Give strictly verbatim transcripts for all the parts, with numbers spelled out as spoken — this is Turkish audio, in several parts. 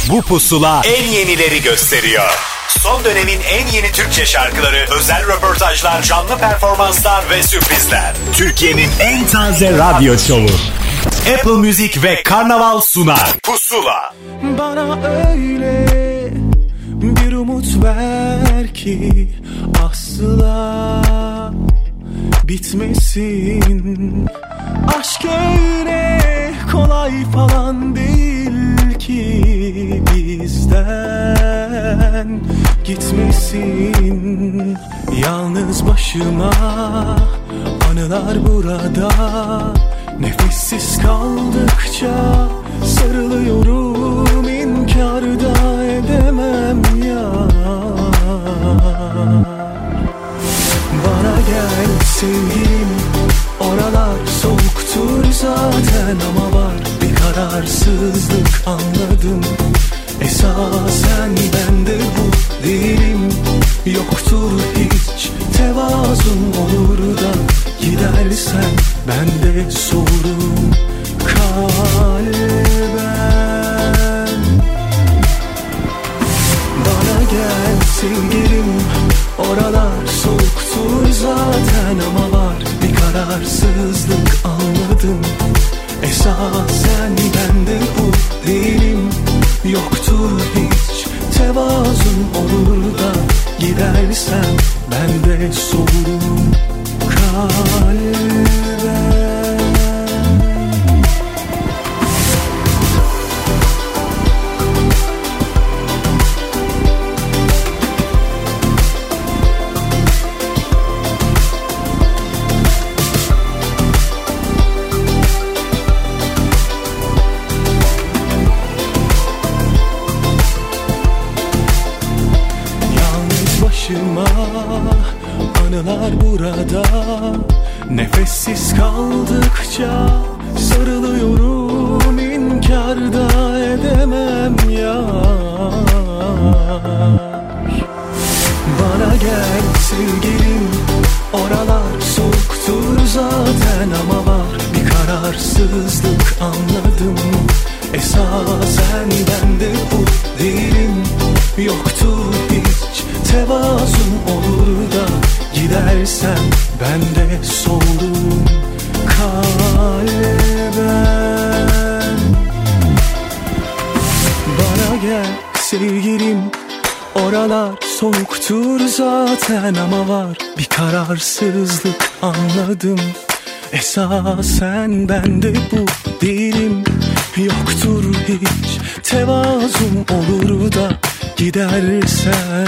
Bu pusula en yenileri gösteriyor. Son dönemin en yeni Türkçe şarkıları, özel röportajlar, canlı performanslar ve sürprizler. Türkiye'nin en taze radyo şovu. Apple Music ve Karnaval sunar. Pusula. Bana öyle bir umut ver ki asla bitmesin. Aşk öyle kolay falan değil ki bizden gitmesin. Yalnız başıma anılar burada, nefessiz kaldıkça sarılıyorum, inkar da edemem ya. Bana gel sevgilim, oralar soğuktur zaten ama var bir kararsızlık anladım. Esasen ben de bu değilim, yoktur hiç tevazun, olur da gidersen ben de sorum kalben. Bana gel sevgilim, oralar soğuktur zaten ama var bir kararsızlık anladım. Esasen ben de bu değilim, yoktur hiç tevazun, olur da gidersen ben de sorum kalben. Anılar burada, nefessiz kaldıkça sarılıyorum, inkar da edemem ya. Bana gel sevgilim, oralar soğuktur zaten ama var bir kararsızlık anladım. Esasen ben de bu değilim, yoktur hiç tevazun, olur da gidersen ben de sorum kalben. Bana gel sevgilim, oralar soğuktur zaten ama var bir kararsızlık anladım. Esasen ben de bu değilim, yoktur hiç tevazun, olur da gidersen.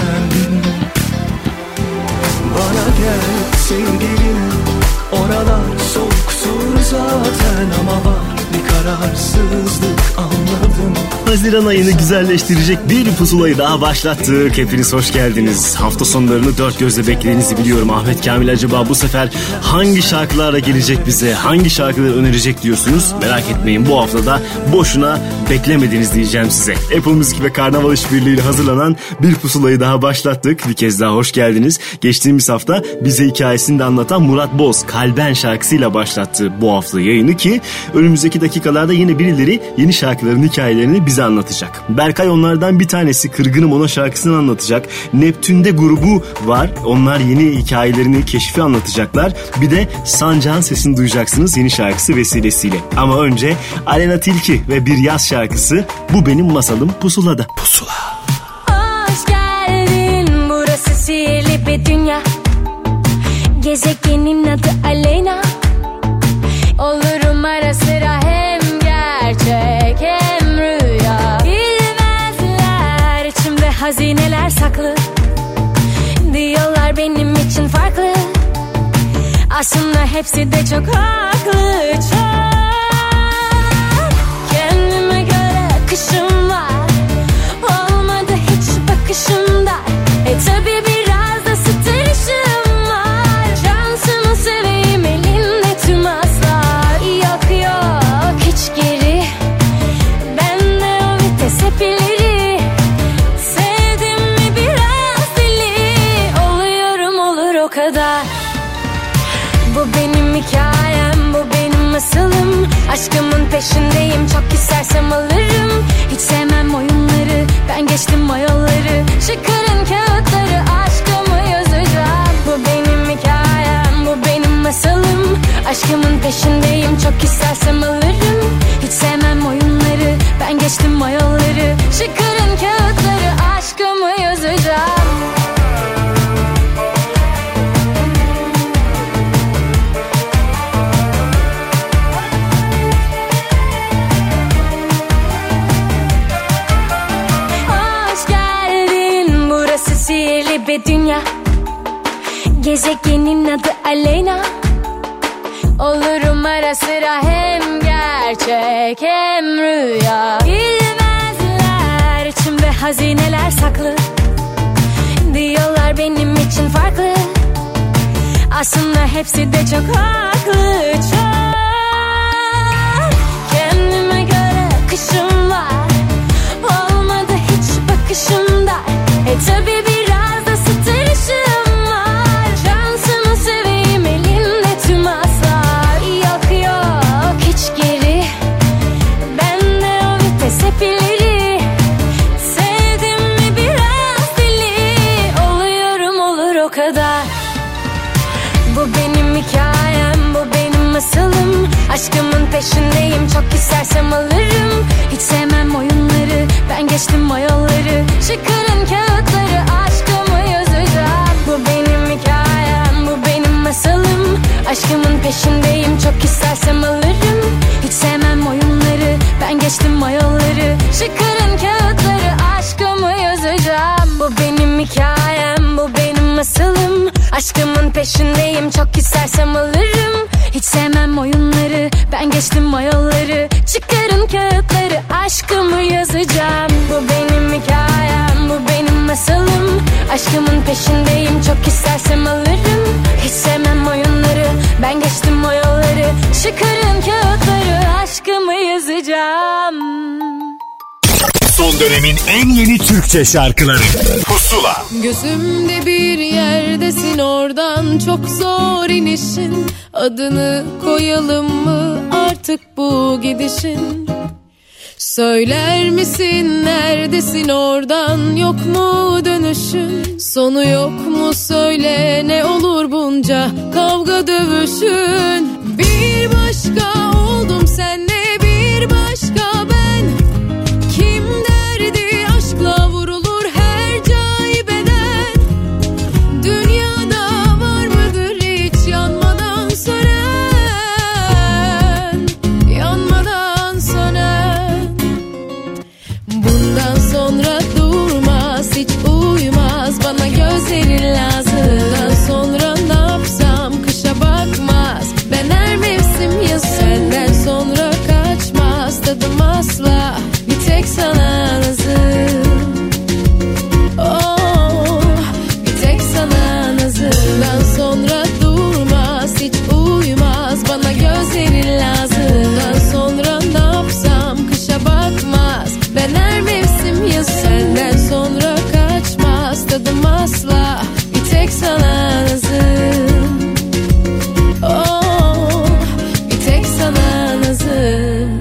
Bana gel sevgilim, oralar soğuktur zaten ama var bir kararsızlık anladım. Haziran ayını güzelleştirecek bir pusulayı daha başlattık. Hepiniz hoş geldiniz. Hafta sonlarını dört gözle beklediğinizi biliyorum. Ahmet Kamil acaba bu sefer hangi şarkılarla gelecek bize, hangi şarkıları önerecek diyorsunuz. Merak etmeyin, bu haftada boşuna beklemediniz diyeceğim size. Apple Music ve Karnaval işbirliğiyle hazırlanan bir pusulayı daha başlattık. Bir kez daha hoş geldiniz. Geçtiğimiz hafta bize hikayesini de anlatan Murat Boz Kalben şarkısıyla başlattı bu hafta yayını ki önümüzdeki dakikalarda yine birileri yeni şarkıların hikayelerini bize anlatacak. Berkay onlardan bir tanesi, Kırgınım Ona şarkısını anlatacak. Neptün'de grubu var. Onlar yeni hikayelerini, keşfi anlatacaklar. Bir de Sancak'ın sesini duyacaksınız yeni şarkısı vesilesiyle. Ama önce Alena Tilki ve bir yaz şarkısı. Bu benim masalım Pusula'da. Pusula. Hoş geldin, burası sihirli bir dünya. Gezegenin adı Alena. Olurum ara sıra hem gerçek hem rüya. Bilmezler içimde hazineler saklı. Diyorlar benim için farklı. Aslında hepsi de çok haklı, çok. Kendime göre akışım var. Olmadı hiç bakışımda. E tabi biraz da sıtırışım var. Şansımı seveyim, elimde tüm aslar. Yok yok hiç geri. Bende o vites hep ileri. Sevdim mi biraz deli. Oluyorum olur o kadar. Bu benim hikayem, bu benim masalım. Aşkımın peşindeyim, çok istersem alırım. Hiç sevmem oyunları, Ben geçtim o yolları, çıkarın kağıtları, aşkımı yazacağım. Bu benim hikayem, bu benim masalım. Aşkımın peşindeyim, çok istersem alırım. Hiç sevmem oyunları, ben geçtim o yolları. Çıkarın kağıtları, aşkımı yazacağım. Hoş geldin, burası sihirli bir dünya. Gezegenin adı Aleyna. Olurum ara sıra hem gerçek hem rüya. Bilmezler içimde hazineler saklı. Diyorlar benim için farklı. Aslında hepsi de çok haklı, çok. Kendime göre akışım var. Olmadı hiç bakışımda. E tabi biraz da stajım var. Şansımı seveyim, elimde tüm aslar. Yok yok hiç geri. Bende o vites hep ileri. Sevdim mi biraz deli. Oluyorum olur o kadar. Bu benim hikayem, bu benim masalım. Aşkımın peşindeyim, çok istersem alırım. Hiç sevmem oyunları, ben geçtim o yolları. Çıkarın kağıtları, aşkımı yazacağım. Bu benim hikayem, bu benim masalım. Aşkımın peşindeyim, çok istersem alırım. Hiç sevmem oyunları, ben geçtim o yolları. Çıkarın kağıtları, aşkımı yazacağım. Bu benim hikayem, bu benim masalım. Aşkımın peşindeyim, çok istersem alırım. Hiç sevmem oyunları, ben geçtim o yolları. Çıkarın kağıtları, aşkımı yazacağım. Bu benim hikayem, bu benim masalım. Aşkımın peşindeyim, çok istersem alırım. Hiç sevmem oyunları, ben geçtim o yolları. Çıkarın kağıtları, aşkımı yazacağım. Son dönemin en yeni Türkçe şarkıları Pusula. Gözümde bir yerdesin, oradan çok zor inişin. Adını koyalım mı artık bu gidişin? Söyler misin neredesin, oradan yok mu dönüşün? Sonu yok mu söyle, ne olur bunca kavga dövüşün? Bir başka oldum senle, bir başka ben. Kim derdi aşkla vurulur her caibeden? Dünyada var mıdır hiç yanmadan sönen, yanmadan sönen? Bundan sonra durmaz, hiç uymaz, bana gözlerin lazım. Bundan sonra ne yapsam kışa bakmaz, ben her mevsim yaz. Senden sonra kaçmaz tadım asla, bir tek sana nazım. Oh, bir tek sana nazım. Bundan sonra durmaz, hiç uymaz, bana gözlerin lazım. Bundan sonra ne yapsam kışa bakmaz, ben her mevsim yaz. Senden sonra kaçmaz tadım asla, bir tek sana nazım. Oh, bir tek sana nazım.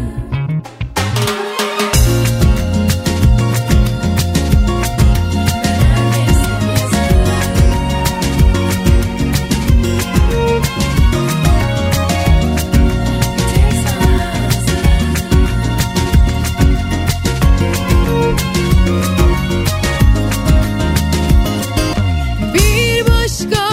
Bir başka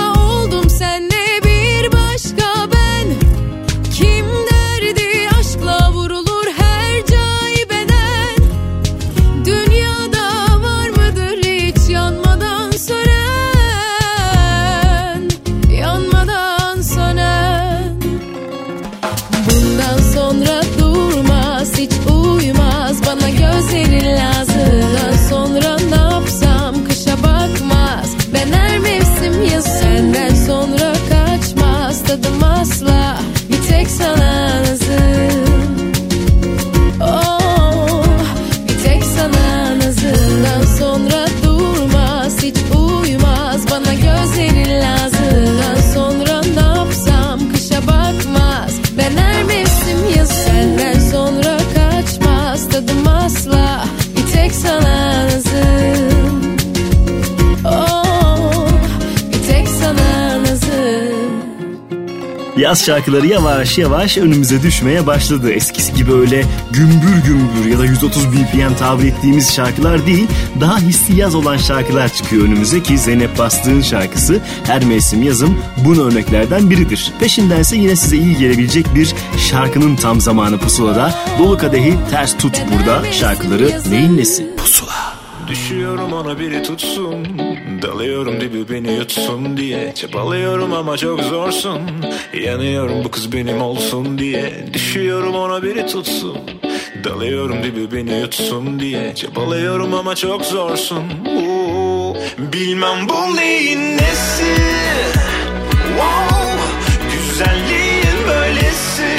Yaz şarkıları yavaş yavaş önümüze düşmeye başladı. Eskisi gibi öyle gümbür gümbür ya da yüz otuz B P M tabir ettiğimiz şarkılar değil, daha hissi yaz olan şarkılar çıkıyor önümüze ki Zeynep Bastık'ın şarkısı Her Mevsim Yazım bunun örneklerden biridir. Peşindense yine size iyi gelebilecek bir şarkının tam zamanı Pusula'da. Dolu kadehi ters tut burada, şarkıları neyin nesi? Pusula. Düşüyorum ona biri tutsun, dalıyorum dibi beni yutsun diye. Çabalıyorum ama çok zorsun, yanıyorum bu kız benim olsun diye. Düşüyorum ona biri tutsun, dalıyorum dibi beni yutsun diye. Çabalıyorum ama çok zorsun. Oo, bilmem bu neyin nesi. Wow, güzelliğin böylesi.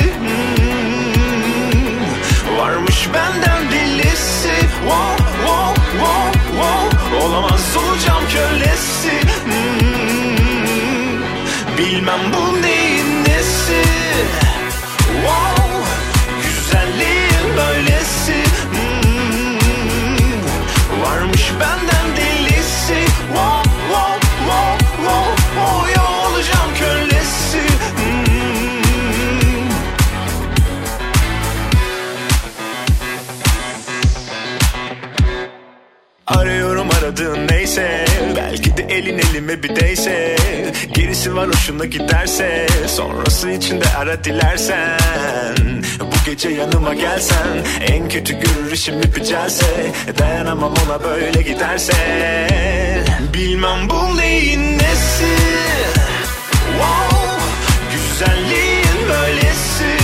Hmm, varmış benden delisi. Wow, wow, wow, wow. Olamaz olacağım kölesi. Hmm, bilmem bu neyin nesi. Wow, güzelliğin böylesi. Hmm, varmış benden delisi. Wow, wow, wow, wow, wow. Ya olacağım kölesi. Hmm. Arıyorum aradığın neyse, belki de elin elime bir değse. Gerisi var hoşuna giderse, sonrası için de ara dilersen. Bu gece yanıma gelsen, en kötü görür işim ipicelse. Dayanamam ona böyle giderse. Bilmem bu neyin nesi. Wow, güzelliğin böylesi.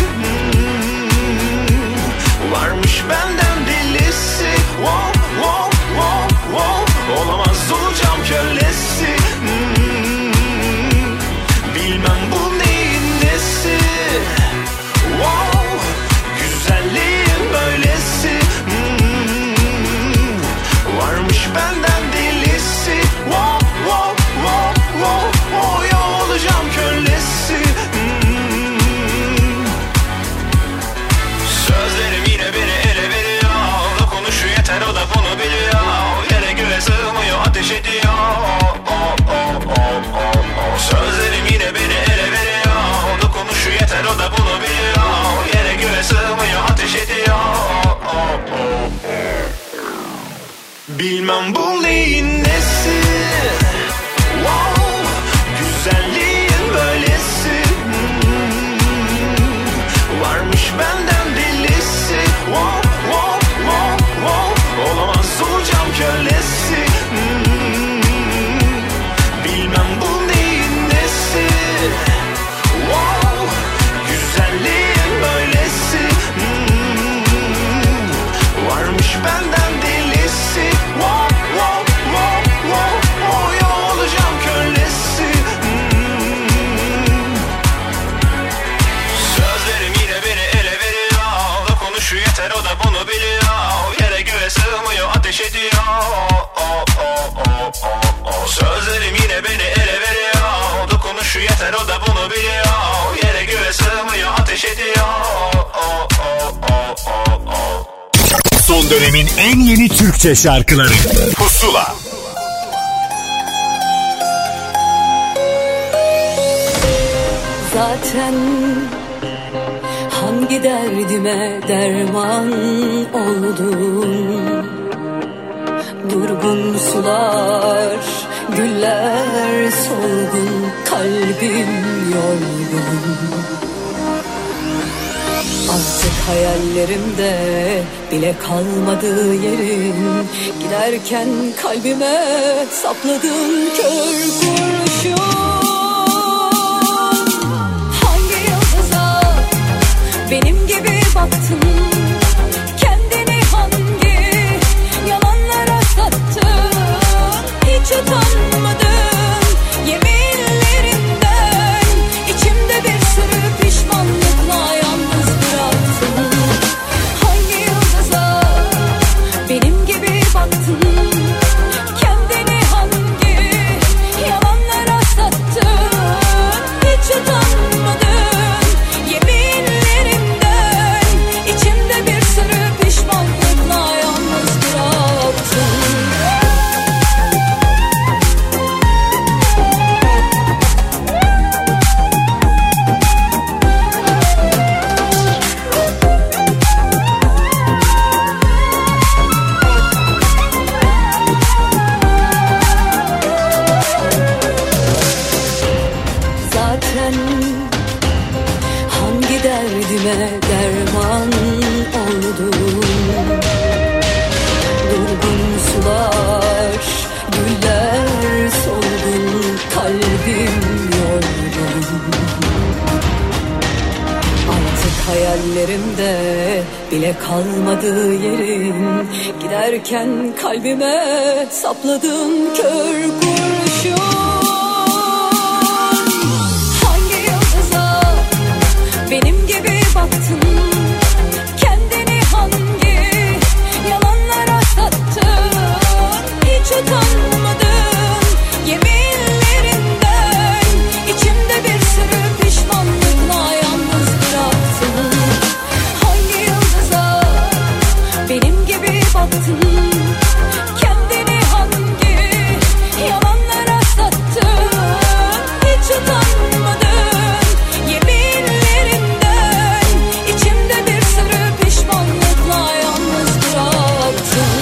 Hmm, varmış benden delisi. Wow, wow, wow, wow. Olamaz olacağım kölesi. Hmm, bilmem bu neyin nesi. Wow, güzelliğin böylesi. Hmm, varmış benden delisi. Wow, wow, wow, wow, wow. Ya olacağım kölesi. Hmm, sözlerim yine beni ele veriyor. O da konuşuyor yeter o da bunu biliyor. Yere göğe sığmıyor ateş ediyor. Oh, oh, oh, oh, oh. Sözlerim yine beni ele veriyor. O da konuşuyor yeter o da bunu biliyor. Yere göğe sığmıyor ateş ediyor. Oh, oh, oh. Bilmem bu neyin nesi. Wow, güzelliğin böylesi. Hmm, varmış benden delisi. Wow, wow, wow, wow. Olamaz olacağım kölesi. Hmm, bilmem bu neyin nesi. Wow, güzelliğin böylesi. Hmm, varmış benden delisi. Wow, wow, wow, wow, wow. Ya olacağım kölesi. Hmm, sözlerim yine beni ele veriyor. O da konuşuyor yeter o da bunu biliyor. Yere göğe sığmıyor ateş ediyor. Oh, oh, oh, oh, oh. Sözlerim yine beni ele veriyor. O da konuşuyor yeter o da bunu biliyor. Yere göğe sığmıyor ateş ediyor. Oh, oh, oh, oh, oh. Son dönemin en yeni Türkçe şarkıları Pusula. Zaten hangi derdime derman oldun? Durgun sular, güller solgun, kalbim yorgun. Artık hayallerimde bile kalmadı yerin. Giderken kalbime sapladın kör kurşun. Hangi yıldıza benim gibi baktın? Kendini hangi yalanlara sattın? Hiç utanmadın yeminlerinden. İçimde bir sürü pişmanlıkla yalnız bıraktın. Hangi yıldıza benim gibi baktın? Kendini hangi yalanlara sattın? Hiç utanmadın yeminlerinden. İçimde bir sürü pişmanlıkla yalnız bıraktın. ellerimde bile kalmadı yerin. Giderken kalbime sapladın kör kurşun. Hangi yıldıza benim gibi baktın? Kendini hangi yalanlara sattın? Hiç utanmadın yeminlerinden. İçimde bir sürü pişmanlıkla yalnız bıraktın. Hangi yıldıza benim gibi baktın? Kendini hangi yalanlara sattın? Hiç utanmadın yeminlerinden. İçimde bir sürü pişmanlıkla yalnız bıraktın.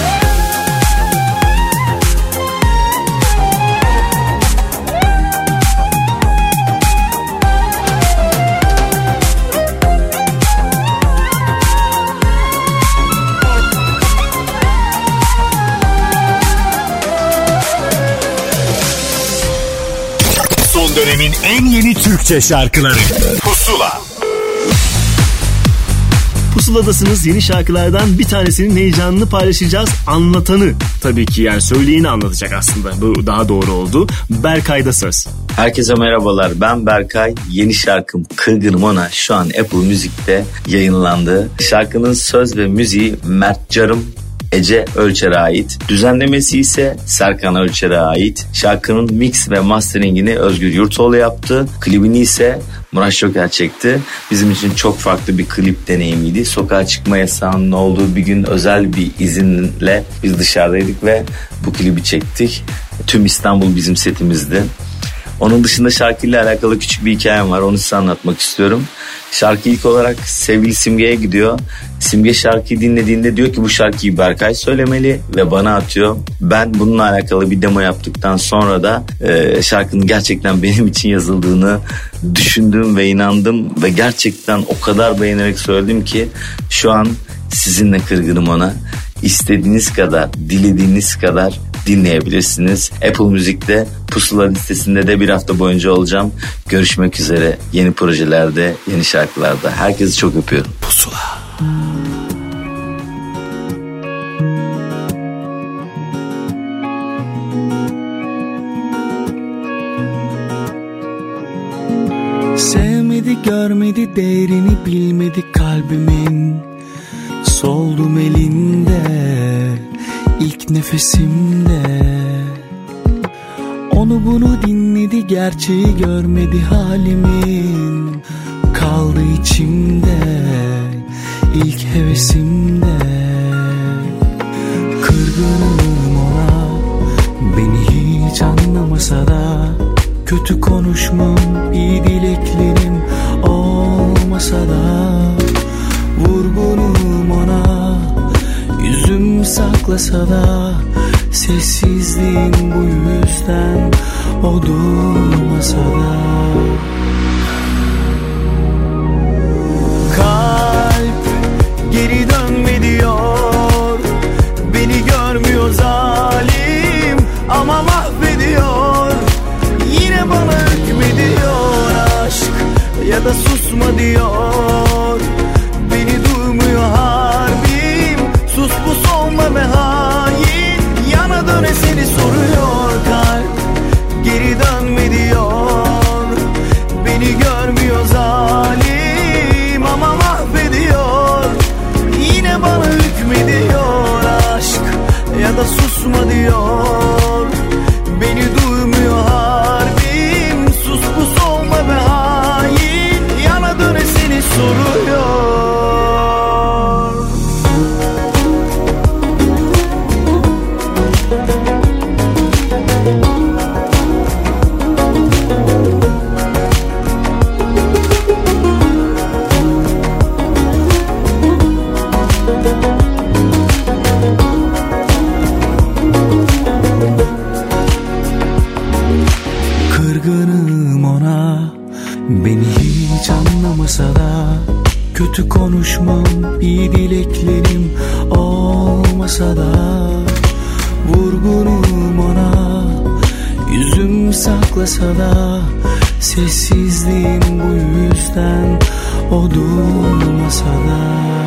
Son dönemin en yeni Türkçe şarkıları Pusula. Pusuladasınız, yeni şarkılardan bir tanesinin heyecanını paylaşacağız. Anlatanı tabii ki, yani söyleyeni anlatacak aslında. Bu daha doğru oldu. Berkay'da söz. Herkese merhabalar, ben Berkay. Yeni şarkım Kırgınım Ona şu an Apple Müzik'te yayınlandı. Şarkının söz ve müziği Mert Carım, Ece Ölçer'e ait. Düzenlemesi ise Serkan Ölçer'e ait. Şarkının mix ve masteringini Özgür Yurtoğlu yaptı. Klibini ise Murat Şoker çekti. Bizim için çok farklı bir klip deneyimiydi. Sokağa çıkma yasağının olduğu bir gün özel bir izinle biz dışarıdaydık ve bu klibi çektik. Tüm İstanbul bizim setimizdi. Onun dışında şarkıyla alakalı küçük bir hikayem var. Onu size anlatmak istiyorum. Şarkı ilk olarak sevgili Simge'ye gidiyor. Simge şarkıyı dinlediğinde diyor ki bu şarkıyı Berkay söylemeli ve bana atıyor. Ben bununla alakalı bir demo yaptıktan sonra da e, şarkının gerçekten benim için yazıldığını düşündüm ve inandım. Ve gerçekten o kadar beğenerek söyledim ki şu an sizinle Kırgınım Ona. İstediğiniz kadar, dilediğiniz kadar dinleyebilirsiniz. Apple Müzik'te Pusula listesinde de bir hafta boyunca olacağım. Görüşmek üzere yeni projelerde, yeni şarkılarda. Herkesi çok öpüyorum. Pusula. Sevmedi, görmedi, değerini bilmedi kalbimin. Soldum elinde, ilk nefesimde. Onu bunu dinledi, gerçeği görmedi halimin. Kaldı içimde, ilk hevesimde. Kırgınım ona, beni hiç anlamasa da. Kötü konuşmam, iyi dileklerim olmasa da. Vurgunum ona, yüzüm saklasa da. Sessizliğim bu yüzden o durmasa da. Kalp geri dönme diyor, beni görmüyor zalim ama mahvediyor. Yine bana hükmediyor aşk ya da susma diyor. Beni duymuyor harbim, sus pus olma be hain. Yana döne seni soruyor kalp, geri dönme diyor. Beni görmüyor zalim ama mahvediyor. Yine bana hükmediyor aşk ya da susma diyor. Beni duymuyor harbim, sus pus olma be hain. Yana döne seni soruyor. Kırgınım ona, beni hiç anlamasa da. Kötü konuşmam, iyi dileklerim olmasa da. Vurgunum ona, yüzüm saklasa da. Sessizliğim bu yüzden o durmasa da.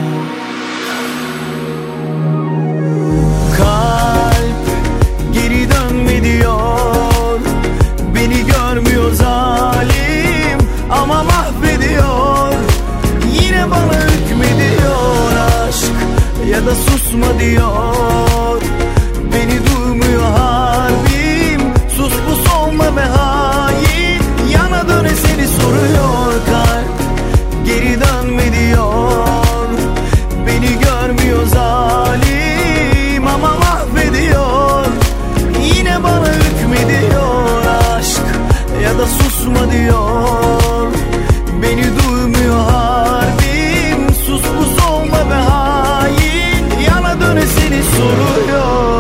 Kalp geri dönme diyor, beni görmüyor zalim ama mahvediyor. Yine bana hükmediyor aşk ya da susma diyor. Beni duymuyor harbim, sus pus olma ve hain. Yana döne seni soruyor kalp, geri dönme diyor. Beni görmüyor zalim ama mahvediyor. Yine bana hükmediyor aşk ya da susma diyor. Beni duymuyor harbim, sus pus olma ve hain. Yana döne seni soruyor.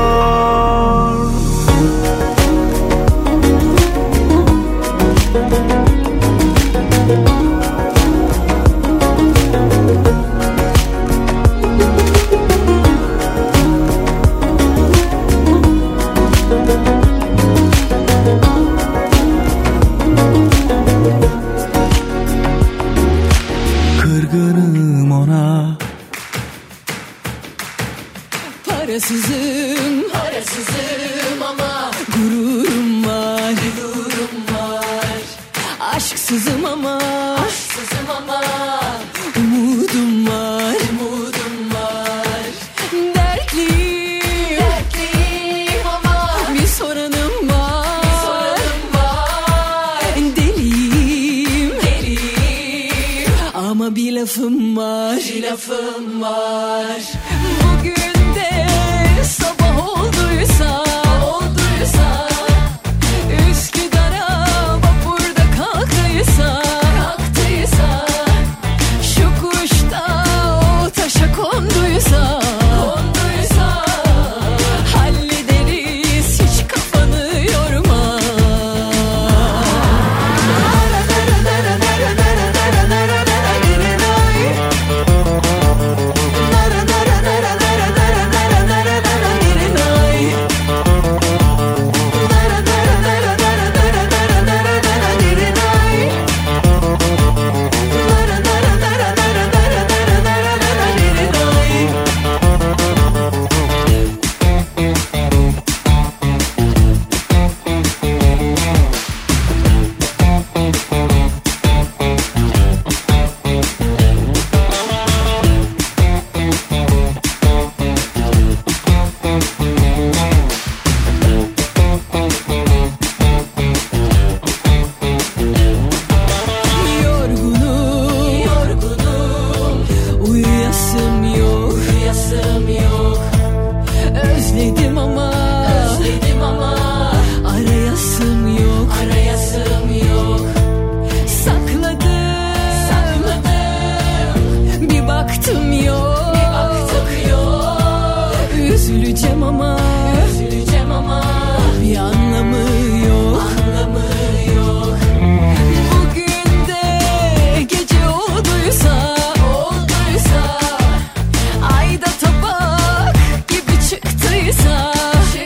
Kırgınım ona. Parasızım, parasızım ama gururum var, gururum var. Aşksızım ama, aşksızım ama umudum var, umudum var. Dertliyim, dertliyim ama bir sorunum var, bir sorunum var. Deliyim, deliyim ama bir lafım var, bir lafım var. Bugün de sabah olduysa, olduysa Üsküdar'a vapurda kalktıysa, kalktıysa şu kuş da o taşa konduysa, konduysa hallederiz, hiç kafanı yorma. Yorgunum, yorgunum, uyuyasım yok, uyuyasım yok. Özledim ama, özledim ama arayasım yok, arayasım yok. Sakladım, sakladım, bir baktım yok, bir baktım yok. Üzüleceğim ama, üzüleceğim ama bir anlamı yok, anlamı yok. Bugün de gece olduysa, olduysa ayda tabak gibi çıktıysa,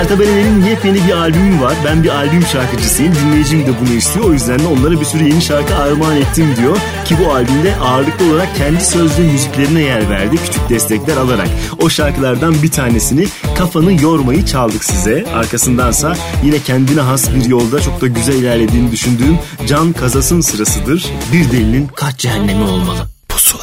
Catabella'nın yepyeni bir albümü var. Ben bir albüm şarkıcısıyım. Dinleyicim de bunu istiyor. O yüzden de onlara bir sürü yeni şarkı armağan ettim diyor. Ki bu albümde ağırlıklı olarak kendi sözlü müziklerine yer verdi. Küçük destekler alarak. O şarkılardan bir tanesini Kafanı Yormayı çaldık size. Arkasındansa yine kendine has bir yolda çok da güzel ilerlediğini düşündüğüm Can Kazas'ın sırasıdır. Bir delinin kaç cehennemi olmalı. Pusula.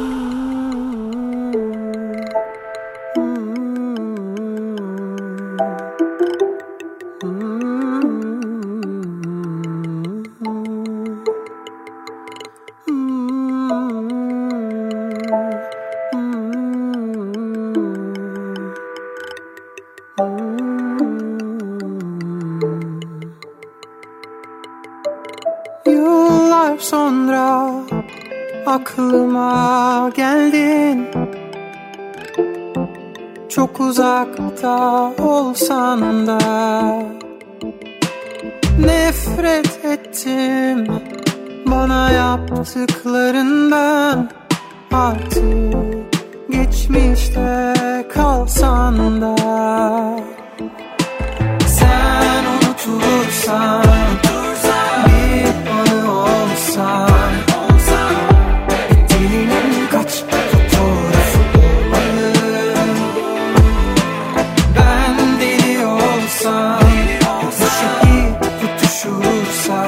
Yıllar sonra aklıma geldin. Çok uzakta olsan da nefret ettim bana yaptıklarından. Artık geçmişte kalsan da sen unutulursan, bir anı olsan, dilinin kaç fotoğrafı olmalı. Ben deli olsam, bu şehir tutuşursa,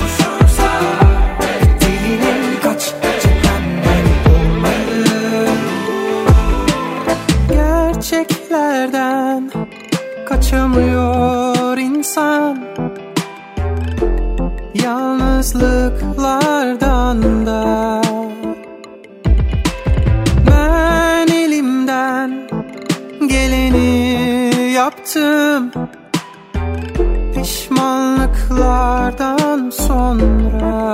dilinin kaç cehennem olmalı. Gerçeklerden kaçamıyor insan, yalnızlıklardan da. Ben elimden geleni yaptım, pişmanlıklardan sonra.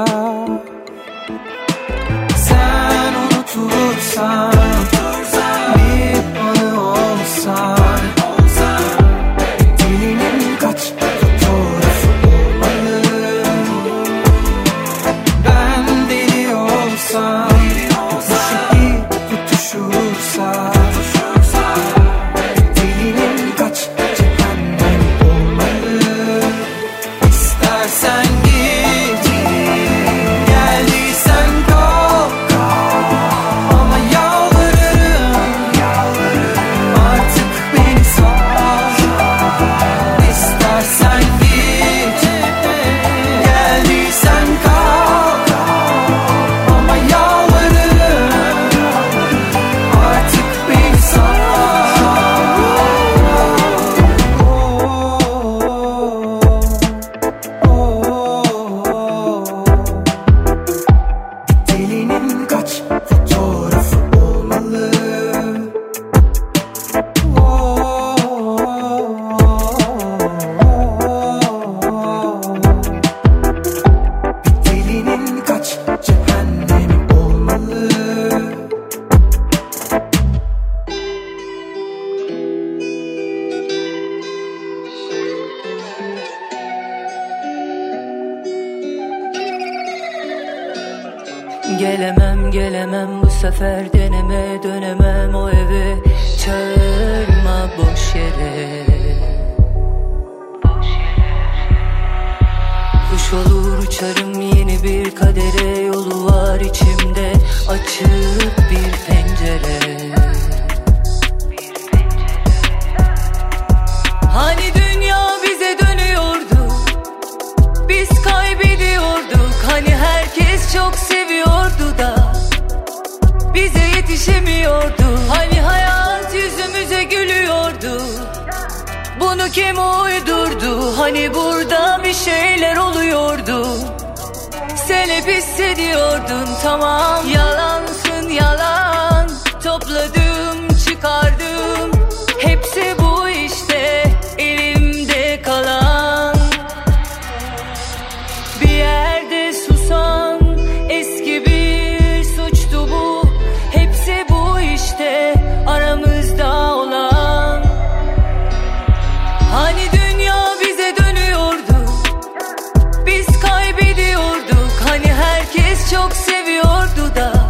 Sen unutulursan, bir anı olsan, dilinin kaç fotoğrafı olmalı. Ben deli olsam, bu şehir tutuşursa, dilinin kaç cehennem olmalı. İstersen git, geldiysen kal, ama yalvarırım, artık beni sal. İstersen git, geldiysen kal, ama yalvarırım, artık beni sal. Oh, oh, oh. Dilinin kaç fotoğrafı olmalı. Oh, oh, oh. Dilinin kaç cehennemi olmalı. Gelemem gelemem bu sefer, deneme dönemem o eve. Çağırma boş yere. Kuş olur uçarım yeni bir kadere. Yolu var içimde açık bir pencere. Hani dünya bize dönüyordu, biz kaybediyorduk. Hani herkes çok seviyordu da bize yetişemiyordu. Hani hayat yüzümüze gülüyordu, bunu kim uydurdu? Hani burada bir şeyler oluyordu, sen hep hissediyordun. Tamam, yalansın yalan, topladım çıkardım, hepsi bu işte elimde kalan. Bir yerde susan eski bir suçtu bu, hepsi bu işte aramızda olan. Hani dünya bize dönüyordu, biz kaybediyorduk. Hani herkes çok seviyordu da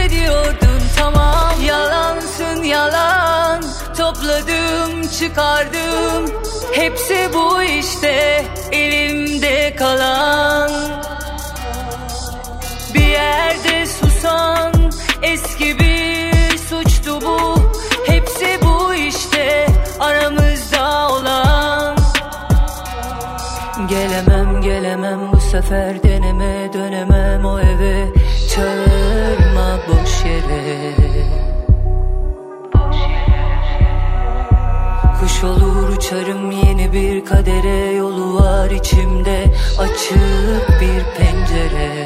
hissediyordun tamam. Yalansın yalan, topladım çıkardım. Hepsi bu işte elimde kalan. Bir yerde susan eski bir suçtu bu. Hepsi bu işte aramızda olan. Gelemem gelemem bu sefer, deneme dönemem o eve. Çağırma boş yere. Kuş olur uçarım yeni bir kadere. Yolu var içimde açık bir pencere.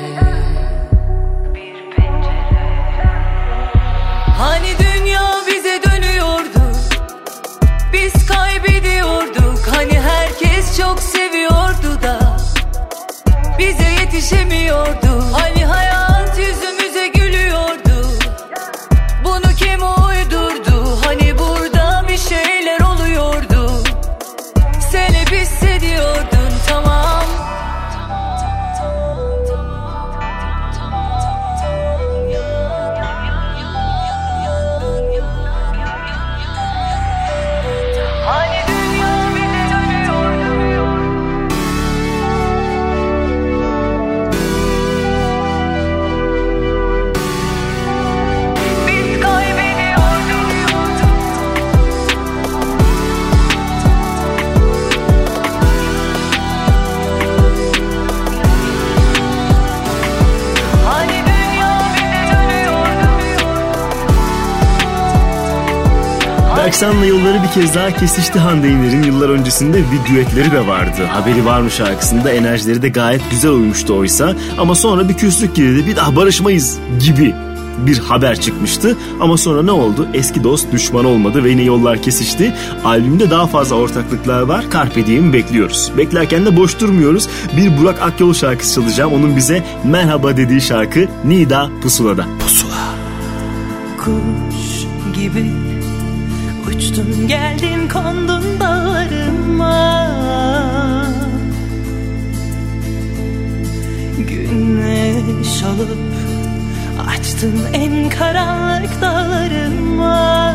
Hani dünya bize dönüyordu, biz kaybediyorduk. Hani herkes çok seviyordu da bize yetişemiyordu. Hani hayat yüzümüze gülüyordu, bunu kim uydurdu? Hani burada bir şeyler oluyordu, sen hep hissediyordun tamam. Hani dünya bize dönüyordu, biz kaybediyorduk. Hani dünya bize dönüyordu. Berksan'la yolları bir kez daha kesişti Hande Yener'in. Yıllar öncesinde bir düetleri de vardı. Haberi var mı şarkısında enerjileri de gayet güzel uymuştu oysa. Ama sonra bir küslük girdi, bir daha barışmayız gibi bir haber çıkmıştı. Ama sonra ne oldu? Eski dost düşman olmadı ve yine yollar kesişti. Albümde daha fazla ortaklıklar var. Carpe Diem'i bekliyoruz. Beklerken de boş durmuyoruz. Bir Burak Akyol şarkısı çalacağım. Onun bize merhaba dediği şarkı Nida Pusula'da. Pusula. Kuş gibi uçtun geldin kondun dağlarıma. Güneş olup açtın en karanlık dağlarıma.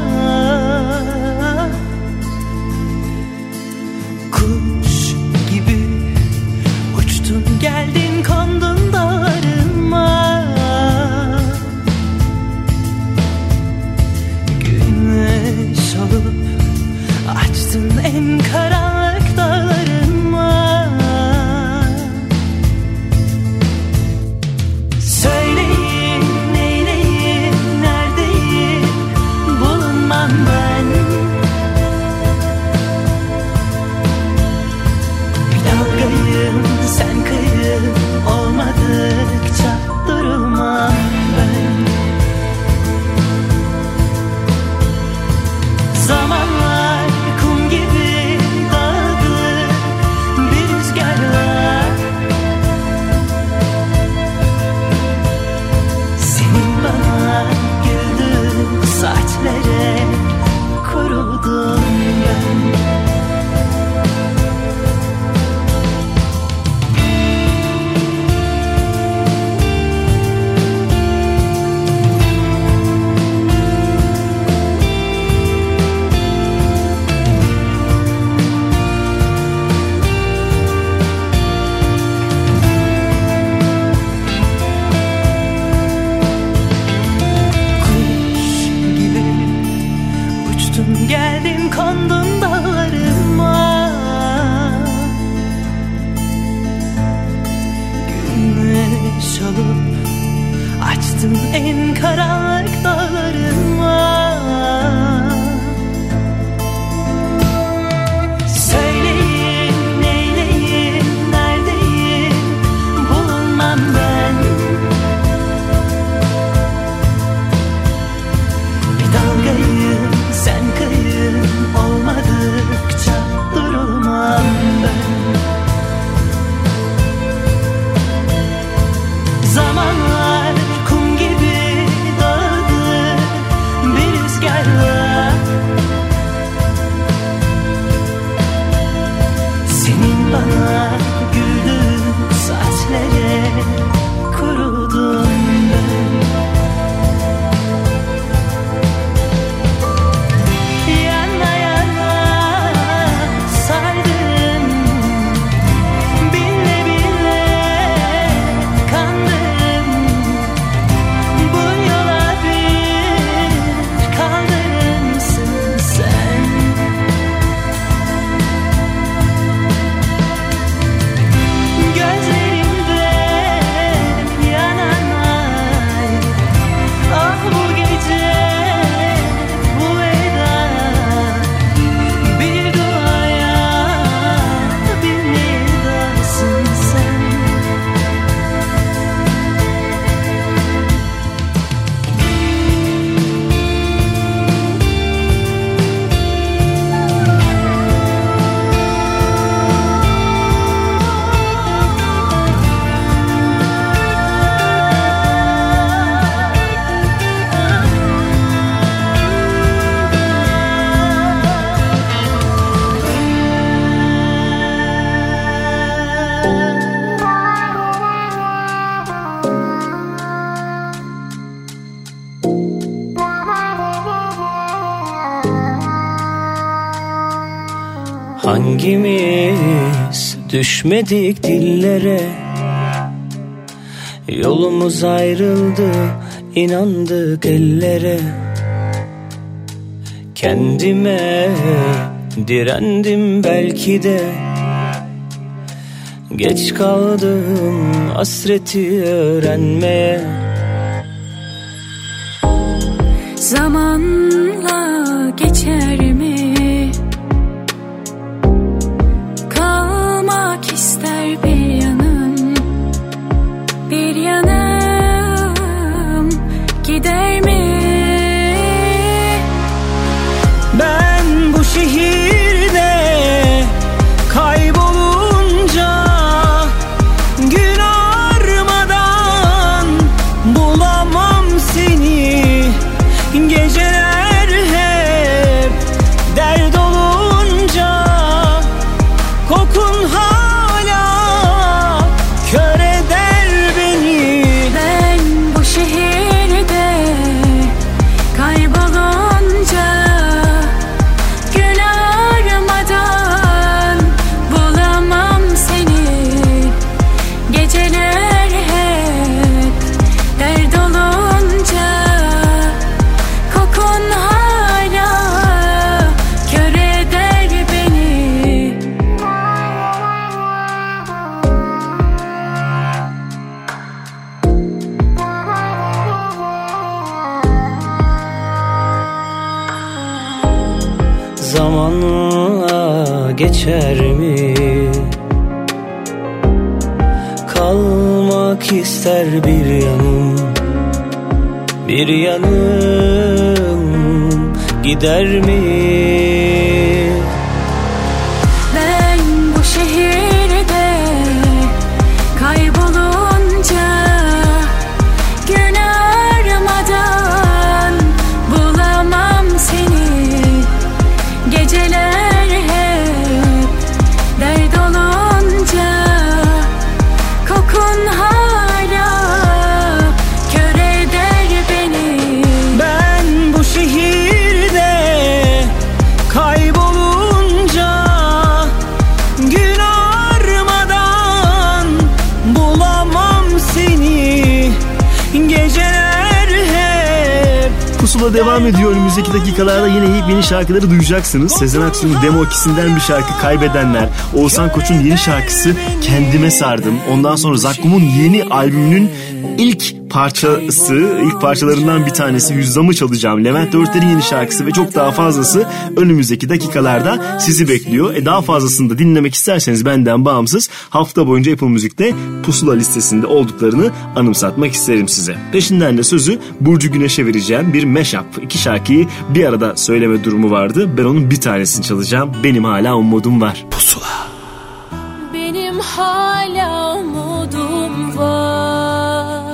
Kuş gibi uçtun geldin kondun dağlarıma. Güneş olup açtın en karanlık dağlarıma. Söyleyin neyleyim neredeyim, bulunmaz Hangimiz düşmedik dillere, yolumuz ayrıldı, inandık ellere. Kendime direndim belki de, geç kaldım hasreti öğrenmeye. Zamanla geçer mi? Kalmak ister bir yanım, bir yanım gider mi? Ben bu şehirde kaybolunca, gün armadan bulamam seni. Geceler hep dert olunca, kokun hala kör eder beni. Ben bu şehirde kaybolunca, gün armadan bulamam seni. Geceler hep dert olunca, kokun hala kör eder beni. Zamanla geçer mi? Kalmak ister bir yanım, bir yanım gider mi? Ben bu şehirde kaybolunca, gün armadan bulamam seni. Geceler hep dert olunca, kokun hala kör eder beni. Ben bu şehirde kaybolunca, gün armadan bulamam seni. Geceler hep. Pusula devam ediyor. Önümüzdeki dakikalarda yine yeni şarkıları duyacaksınız. Sezen Aksu'nun demo ikisinden bir şarkı Kaybedenler. Oğuzhan Koç'un yeni şarkısı Kendime Sardım. Ondan sonra Zakkum'un yeni albümünün ilk parçası, ilk parçalarından bir tanesi Yüzdam'ı çalacağım. Levent Dörtler'in yeni şarkısı ve çok daha fazlası önümüzdeki dakikalarda sizi bekliyor. E daha fazlasını da dinlemek isterseniz benden bağımsız hafta boyunca Apple Müzik'te Pusula listesinde olduklarını anımsatmak isterim size. Peşinden de sözü Burcu Güneş'e vereceğim. Bir mashup, iki şarkıyı bir arada söyleme durumu vardı. Ben onun bir tanesini çalacağım. Benim hala umudum var. Pusula. Benim hala umudum var.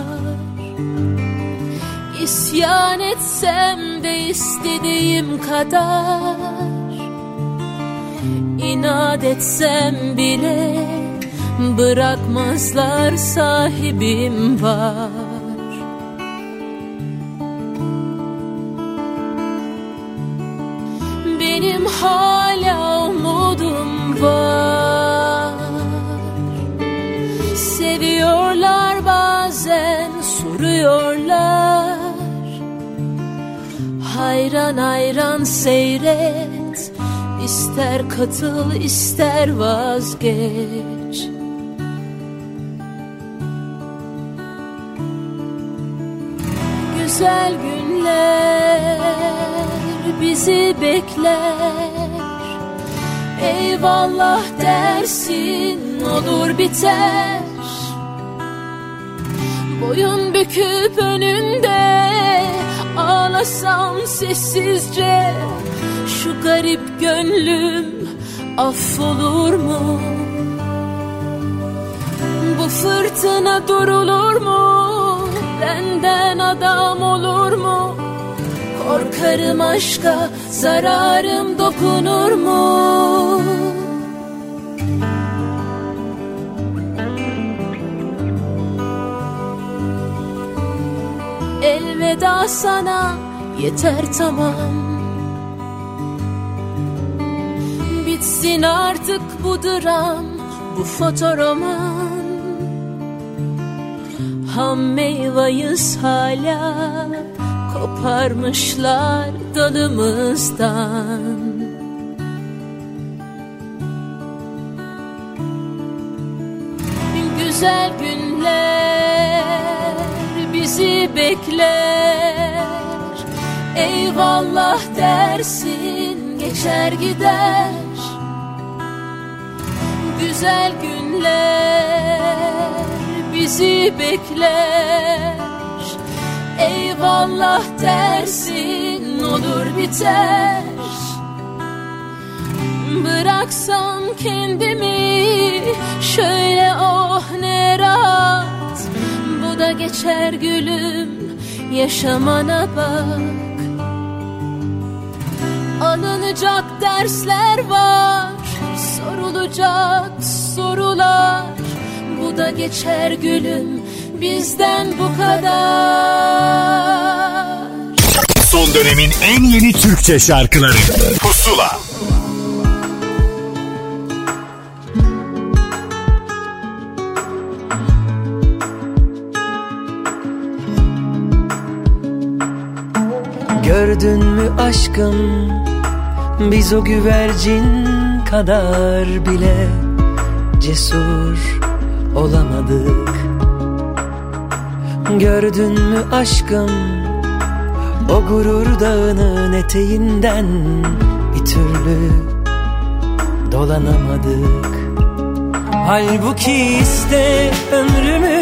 İsyan etsem de istediğim kadar, İnat etsem bile bırakmazlar, sahibim var. Benim hala umudum var. Seviyorlar bazen, soruyorlar. Hayran hayran seyret, İster katıl ister vazgeç. Güzel günler bizi bekler. Eyvallah dersin, olur biter. Boyun büküp önünde ağlasam sessizce, şu garip gönlüm affolur mu? Bu fırtına durulur mu? Benden adam olur mu? Korkarım aşka zararım dokunur mu? Elveda sana, yeter tamam. Bir Bitsin artık bu dram, bu fotoroman. Ham meyvayız hala, koparmışlar dalımızdan. Güzel günler bizi bekler. Eyvallah dersin, geçer gider. Güzel günler bizi bekler. Eyvallah dersin, olur biter. Bıraksam kendimi şöyle, oh ne rahat. Bu da geçer gülüm, yaşamana bak. Alınacak dersler var, sorulacak sorular. Bu da geçer gülüm, bizden bu kadar. Son dönemin en yeni Türkçe şarkıları Pusula. Gördün mü aşkım, biz o güvercin kadar bile cesur olamadık. Gördün mü aşkım, o gurur dağının eteğinden bir türlü dolanamadık. Halbuki iste ömrümü,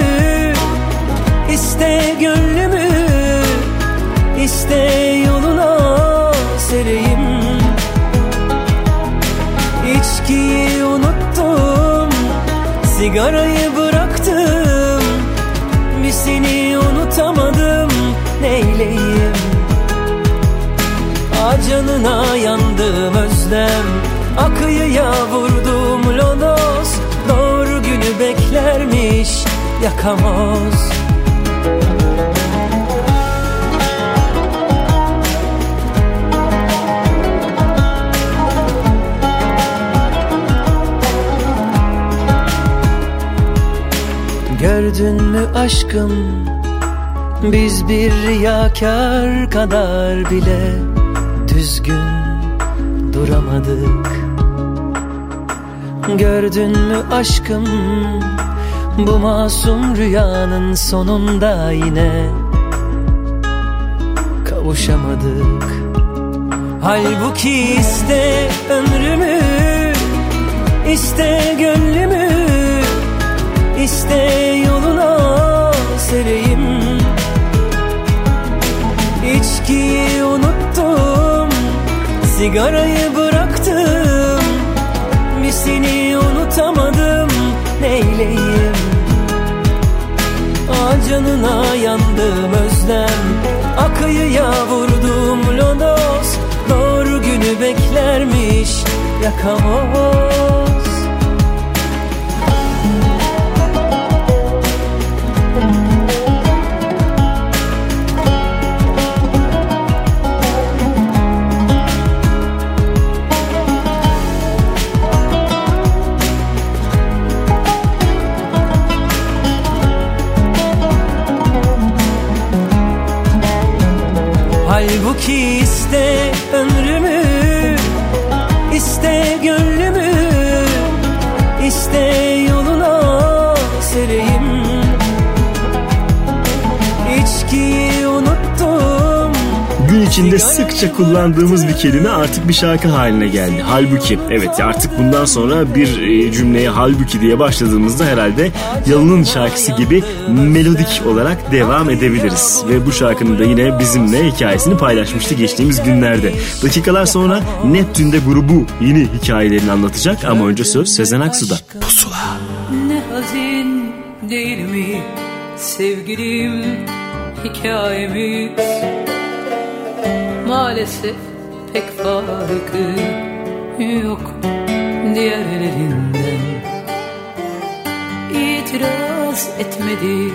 iste gönlümü, İste yoluna sereyim. İçkiyi unuttum, sigarayı bıraktım. Bir seni unutamadım, neyleyim? Ah canına yandım özlem, akıyıya vurdum lodos. Doğru günü beklermiş yakamoz. Gördün mü aşkım, biz bir riyakar kadar bile düzgün duramadık. Gördün mü aşkım, bu masum rüyanın sonunda yine kavuşamadık. Halbuki iste ömrümü, iste gönlümü, İste yoluna sereyim. İçkiyi unuttum, sigarayı bıraktım. Bir seni unutamadım, neyleyim? Ah canına yandım özlem, akıyıya vurdum lodos. Doğru günü beklermiş yakamoz. Halbuki iste ömrümü, iste gönlümü, iste yoluna sereyim. İçkiyi unuttum. Gün içinde sıkça kullandığımız bir kelime artık bir şarkı haline geldi. Halbuki, evet artık bundan sonra bir cümleye halbuki diye başladığımızda herhalde Yalın'ın şarkısı gibi melodik olarak devam edebiliriz. Ve bu şarkının da yine bizimle hikayesini paylaşmıştı geçtiğimiz günlerde. Dakikalar sonra Neptün'de grubu yeni hikayelerini anlatacak ama önce söz Sezen Aksu'da. Pusula. Ne hazin değil mi sevgilim hikayemiz? Maalesef pek farkı yok diğerlerinden. İtiraz etmedik,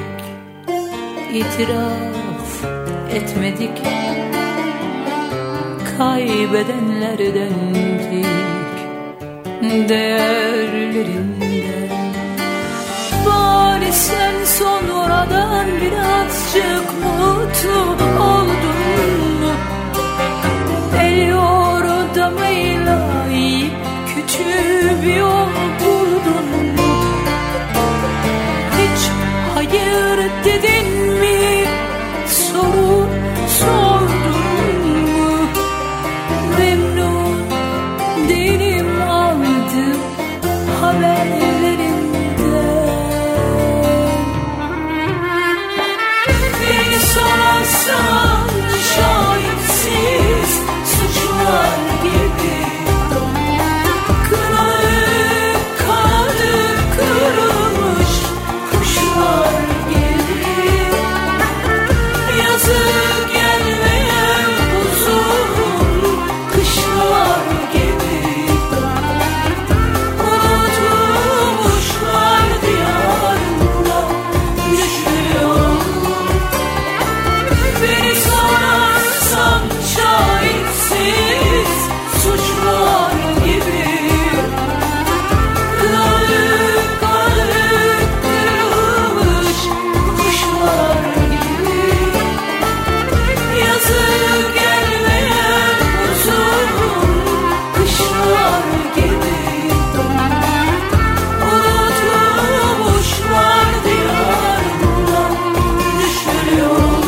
itiraf etmedik. Kaybedenlerdendik, değerlerinde. Bari sen sonradan birazcık mutlu oldun mu? El yordamıyla yiyip küçük bir yol buldun mu? Hiç hayır dedin mi? Soru sordun mu? Memnun değilim aldım haberlerinden. Beni sorarsan şahitsiz suçlar gibi, kırık kalır kırılmış kuşlar gibi, yazı gelmeyen uzun kışlar gibi, unutulmuşlar diyarında düşüyorum. Beni sorarsan şahitsiz suçlar gibi, kırık kalır kırılmış kuşlar gibi, yazı gelmeyen uzun kışlar gibi, unutulmuşlar diyarında düşüyorum.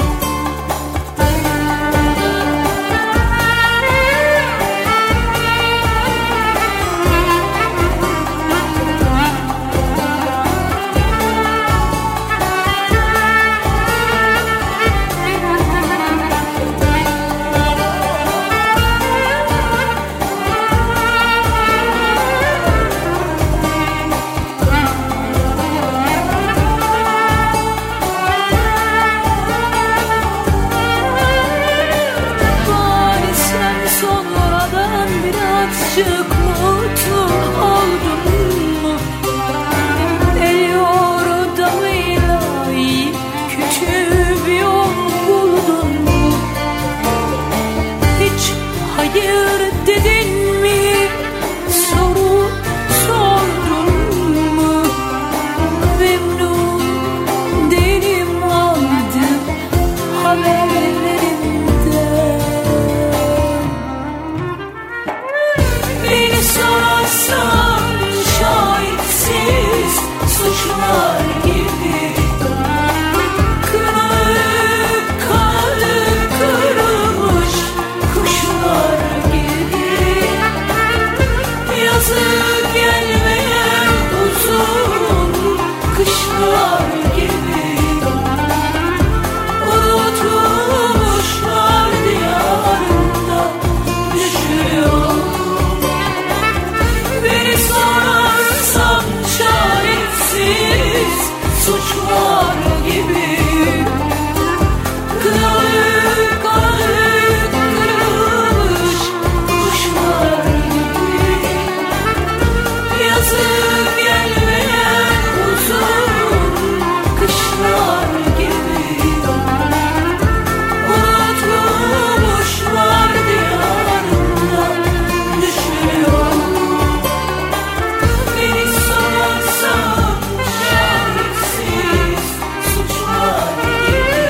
Bari sen sonradan birazcık mutlu oldun mu? El yordamıyla yiyip küçük bir yol buldun mu? Hiç hayır dedin mi? Soru sordun mu? Memnun değilim aldım haberlerinden. Beni sorarsan şahitsiz suçlar gibi, kırık kalır kırılmış kuşlar gibi, yazı gelmeyen uzun kışlar gibi, unutulmuşlar diyarında düşüyorum. Beni sorarsan şahitsiz suçlar gibi, kırık kalır kırılmış kuşlar gibi, yazı gelmeyen uzun kışlar gibi, unutulmuşlar diyarında düşüyorum. Beni sorarsan şahitsiz suçlar gibi,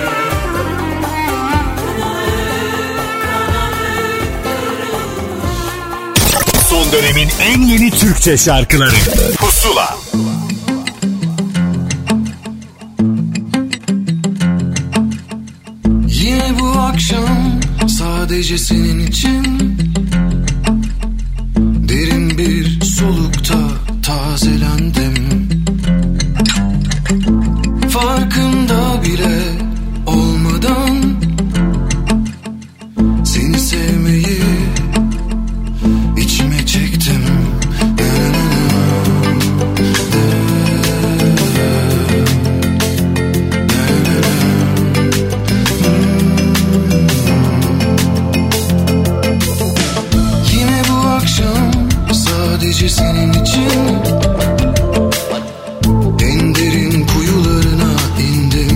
Son dönemin en yeni Türkçe şarkıları Pusula. Yine bu akşam sadece senin için derin bir solukta tazelendim. Farkında bile olmadan seni sevmeyi içime çektim. Yine bu akşam sadece senin için en derin kuyularına indim.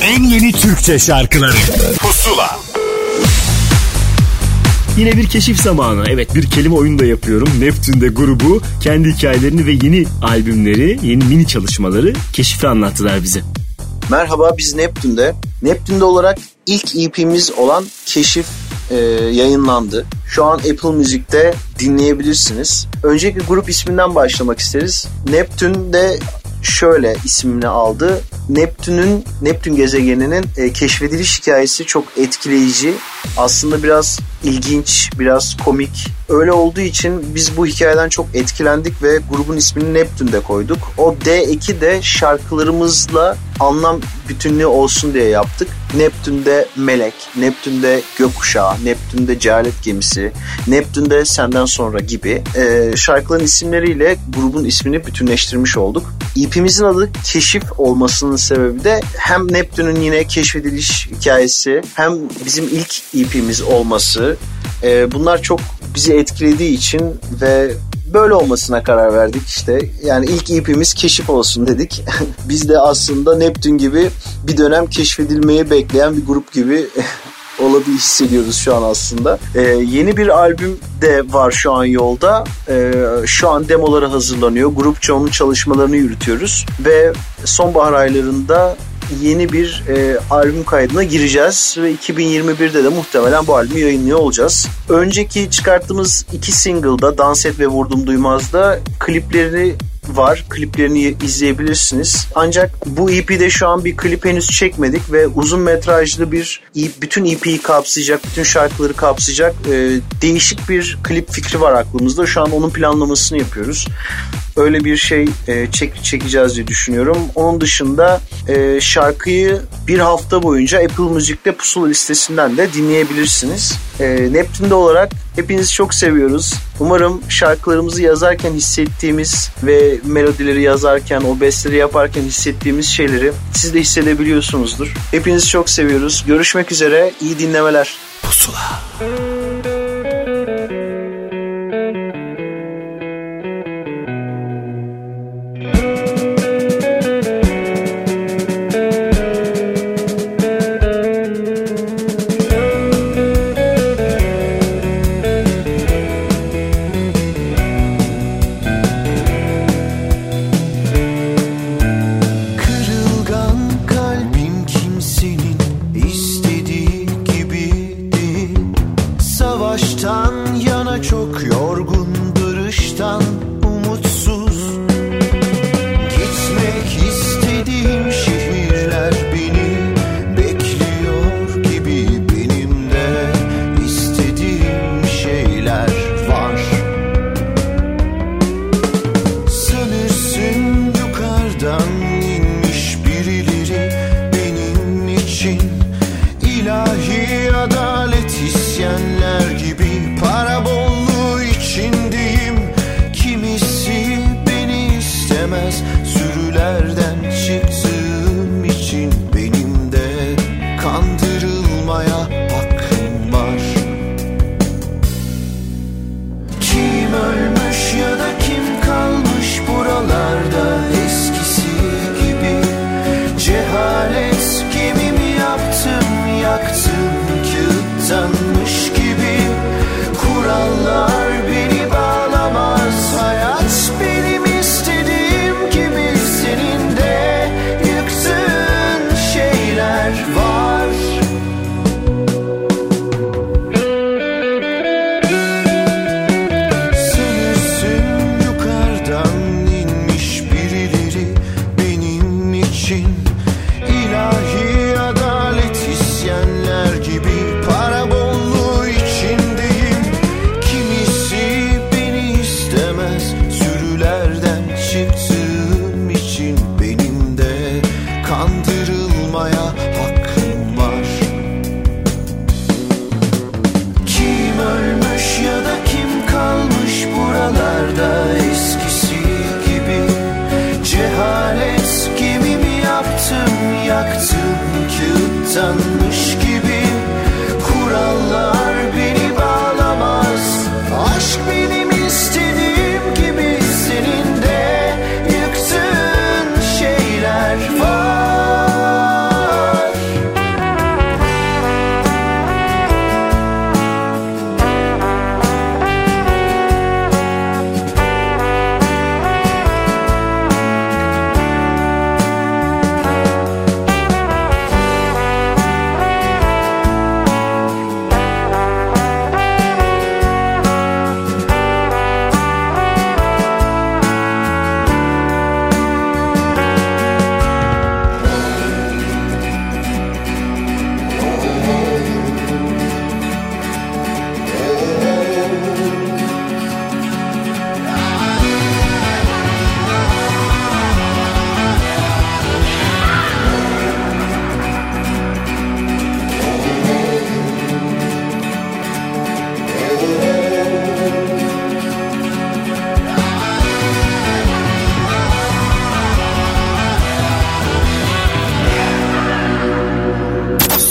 en yeni Türkçe şarkıları Pusula. Yine bir keşif zamanı. Evet, bir kelime oyunu da yapıyorum. Neptün'de grubu kendi hikayelerini ve yeni albümleri, yeni mini çalışmaları, keşifi anlattılar bize. Merhaba, biz Neptün'de. Neptün'de olarak ilk E P'miz olan Keşif e, yayınlandı. Şu an Apple Music'te dinleyebilirsiniz. Öncelikle grup isminden başlamak isteriz. Neptün'de şöyle ismini aldı. Neptün'ün, Neptün gezegeninin e, keşfediliş hikayesi çok etkileyici. Aslında biraz ilginç, biraz komik. Öyle olduğu için biz bu hikayeden çok etkilendik ve grubun ismini Neptün'de koyduk. O D eki de şarkılarımızla anlam bütünlüğü olsun diye yaptık. Neptün'de melek, Neptün'de gökkuşağı, Neptün'de cehalet gemisi, Neptün'de senden sonra gibi e, şarkıların isimleriyle grubun ismini bütünleştirmiş olduk. E P'mizin adı Keşif olmasının sebebi de hem Neptün'ün yine keşfediliş hikayesi, hem bizim ilk E P'miz olması. E, bunlar çok bizi etkilediği için ve böyle olmasına karar verdik işte. Yani ilk E P'miz Keşif olsun dedik. Biz de aslında Neptün gibi bir dönem keşfedilmeyi bekleyen bir grup gibi olabilir hissediyoruz şu an aslında. Ee, yeni bir albüm de var şu an yolda. Ee, şu an demoları hazırlanıyor. Grupça onun çalışmalarını yürütüyoruz. Ve sonbahar aylarında yeni bir e, albüm kaydına gireceğiz ve iki bin yirmi birde de muhtemelen bu albümü yayınlıyor olacağız. Önceki çıkarttığımız iki single'da Dans Et ve Vurdum Duymaz'da klipleri var. Kliplerini izleyebilirsiniz. Ancak bu E P'de şu an bir klip henüz çekmedik ve uzun metrajlı bir bütün E P'yi kapsayacak, bütün şarkıları kapsayacak e, değişik bir klip fikri var aklımızda. Şu an onun planlamasını yapıyoruz. Öyle bir şey e, çek, çekeceğiz diye düşünüyorum. Onun dışında e, şarkıyı bir hafta boyunca Apple Music'te Pusula listesinden de dinleyebilirsiniz. E, Neptün'de olarak hepinizi çok seviyoruz. Umarım şarkılarımızı yazarken hissettiğimiz ve melodileri yazarken, o besteleri yaparken hissettiğimiz şeyleri siz de hissedebiliyorsunuzdur. Hepinizi çok seviyoruz. Görüşmek üzere. İyi dinlemeler. Pusula.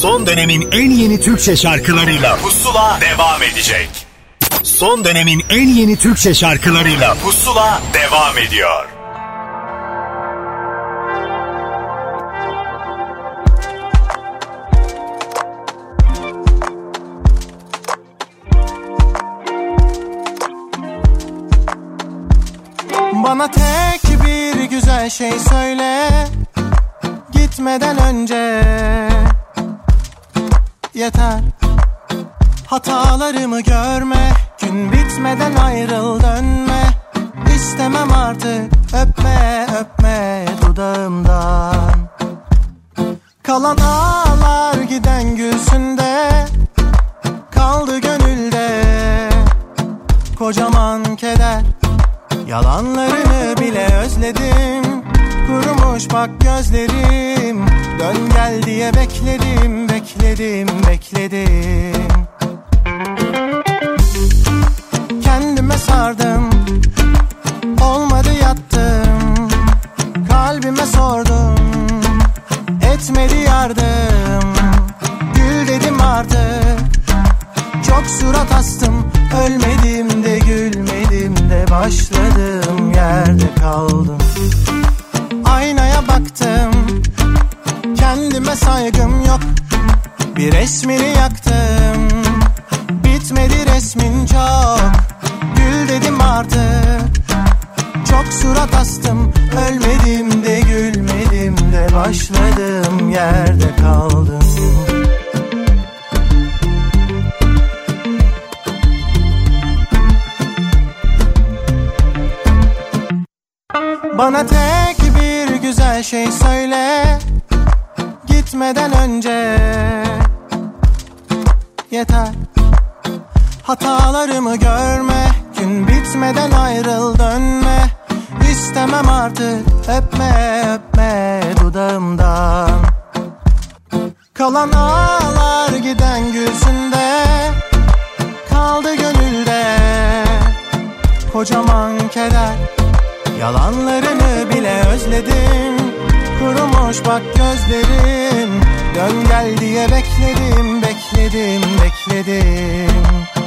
Son dönemin en yeni Türkçe şarkılarıyla Pusula devam edecek. Son dönemin en yeni Türkçe şarkılarıyla Pusula devam ediyor. Bana tek bir güzel şey söyle gitmeden önce. Yeter hatalarımı görme, gün bitmeden ayrıl dönme. İstemem artık öpme öpme dudağımdan. Kalan ağlar giden gülsünde, kaldı gönülde kocaman keder. Yalanlarını bile özledim, kurumuş bak gözlerim. Dön gel diye bekledim, bekledim, bekledim. Kendime sardım, olmadı yattım. Kalbime sordum, etmedi yardım. Gül dedim artık, çok surat astım. Ölmedim de gülmedim de başladım yerde kaldım. Aynaya baktım, kendime saygım yok. Bir resmini yaktım, bitmedi resmin çok. Gül dedim artık, çok surat astım. Ölmedim de gülmedim de başladım yerde kaldım. Bana tek bir güzel şey söyle gitmeden önce. Yeter hatalarımı görme, gün bitmeden ayrıl dönme. İstemem artık öpme öpme dudağımdan. Kalan ağlar giden gülsünde, kaldı gönülde kocaman keder. Yalanlarını bile özledim, kurumuş bak gözlerim. Dön gel diye bekledim, bekledim, bekledim.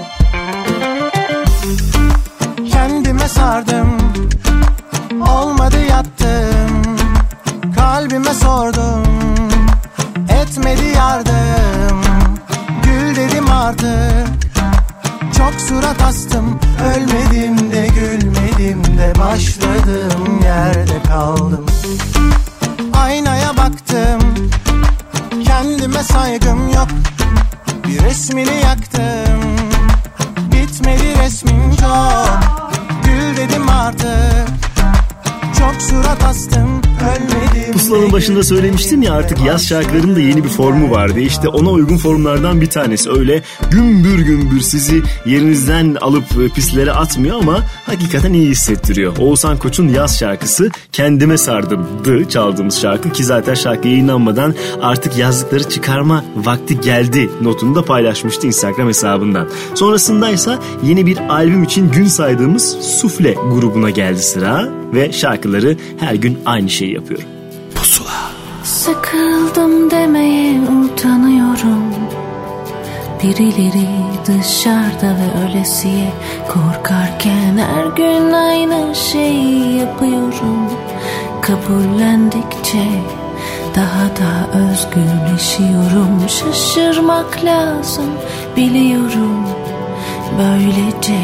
Kendime sardım, olmadı yattım. Kalbime sordum, etmedi yardım. Gül dedim artık, çok surat astım. Ölmedim de gülmedim de başladım yerde kaldım. Aynaya baktım, kendime saygım yok. Bir resmini yaktım, bitmedi resmin çok. Gül dedim artık, çok surat astım. Ölmedim. Pusulanın başında söylemiştim ya, artık yaz şarkılarının da yeni bir formu vardı. İşte ona uygun formlardan bir tanesi. Öyle gümbür gümbür sizi yerinizden alıp pistlere atmıyor ama hakikaten iyi hissettiriyor. Oğuzhan Koç'un yaz şarkısı Kendime Sardım'dı çaldığımız şarkı ki zaten şarkı yayınlanmadan artık yazdıkları çıkarma vakti geldi notunu da paylaşmıştı Instagram hesabından. Sonrasındaysa yeni bir albüm için gün saydığımız Sufle grubuna geldi sıra ve şarkıları her gün aynı şeyi yapıyor. Pusula. Sıkıldım demeye utanıyorum. Birileri dışarıda ve ölesiye korkarken her gün aynı şeyi yapıyorum. Kabullendikçe daha da özgürleşiyorum. Şaşırmak lazım biliyorum. Böylece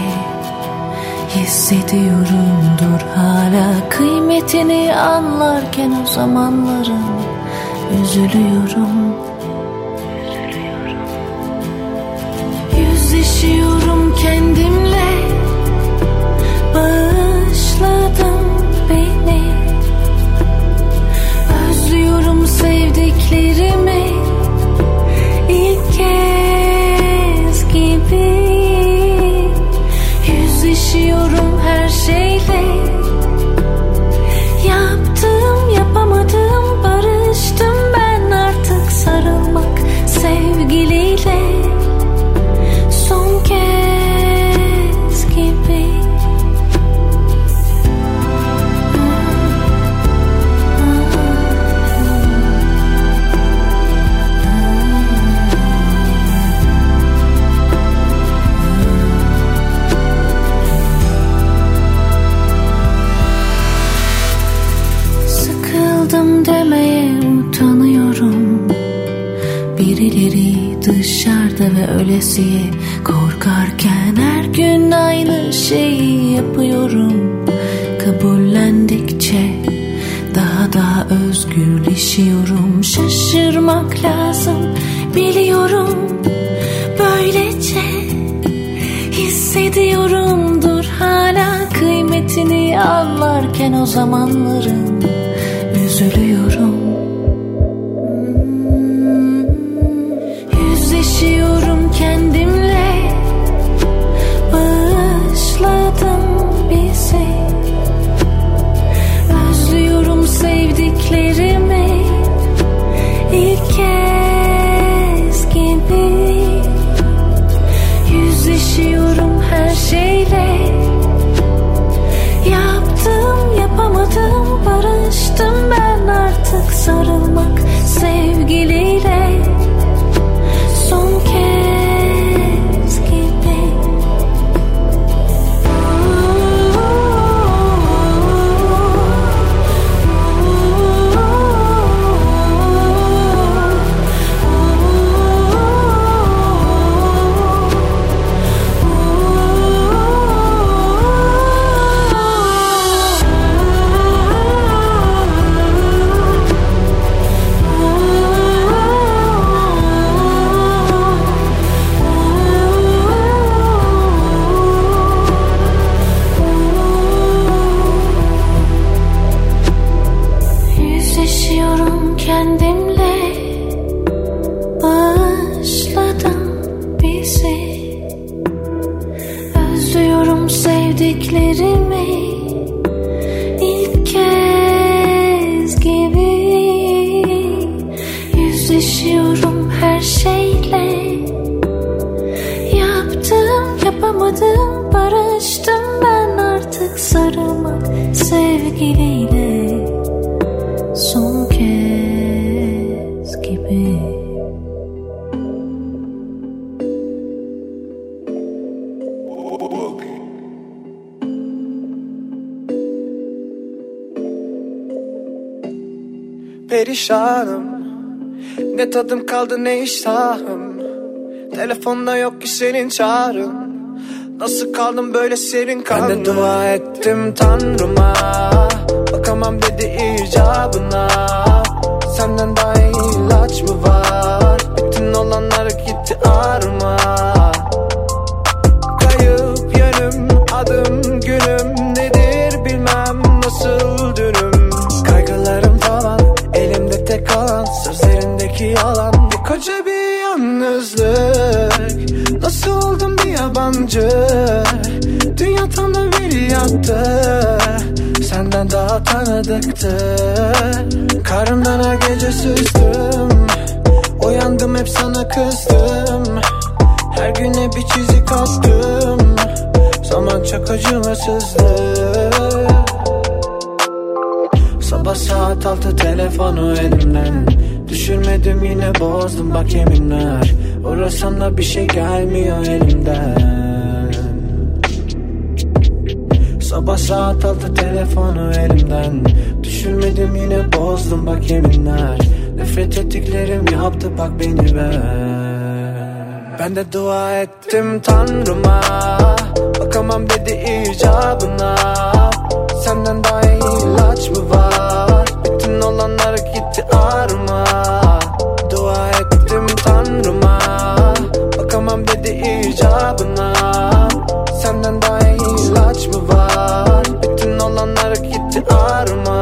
hissediyorumdur hala kıymetini anlarken o zamanların. Üzülüyorum. Yüzleşiyorum kendimle. Bağışladım beni. Özlüyorum sevdiklerimi. İlk kez gibi. Yüzleşiyorum her şeyle. Yaptım yapamadım, barıştım ben artık sarılmak sevgiliyle. Son kez gibi. geceleri dışarıda ve ölesiye korkarken her gün aynı şeyi yapıyorum. Kabullendikçe daha da özgürleşiyorum. Şaşırmak lazım biliyorum, böylece hissediyorumdur hala kıymetini anlarken o zamanların. Üzülüyorum, yüzleşiyorum kendimle, bağışladım bizi. Özlüyorum sevdiklerimi ilk kez gibi. Yüzleşiyorum her şeyle, yaptım yapamadım, barıştım ben artık sarılmak sevgiliyle son kez gibi. Yüzleşiyorum kendimle, bağışladım bizi. Özlüyorum sevdiklerimi ilk kez gibi. Yüzleşiyorum her şeyle, yaptım yapamadım, barıştım ben artık sarılmak sevgiliyle son kez gibi. Perişanım, ne tadım kaldı ne iştahım. Telefonda yok ki senin çağrın. Nasıl kaldım böyle serin kanlı? Ben de dua ettim Tanrıma, bakamam dedi icabına. Senden daha iyi ilaç mı var? Bütün olanlar gitti ağrıma. Kayıp yönüm, adım günüm nedir bilmem, nasıl dünüm. Kaygılarım falan, elimde tek kalan sözlerindeki yalan. Bu koca bir yalnızlık, nasıl oldum bir yabancı. Dünya tam da biri yattı, senden daha tanıdıktı. Karnımdan her gece süzdüm, uyandım hep sana kızdım. Her güne bir çizik attım, zaman çok acımasızdı. Sabah saat altı telefonu elimden, düşürmedim yine bozdum bak yeminler. Uğrasam da bir şey gelmiyor elimden. Sabah saat altı telefonu elimden, düşürmedim yine bozdum bak yeminler. Nefret ettiklerim yaptı bak beni ben. Ben de dua ettim Tanrıma, bakamam dedi icabına. Senden daha iyi ilaç mı var? Bütün olanlar gitti ağrıma. Dua ettim Tanrıma, bakamam dedi icabına. Senden daha iyi ilaç mı var? Bütün olanlar gitti ağrıma.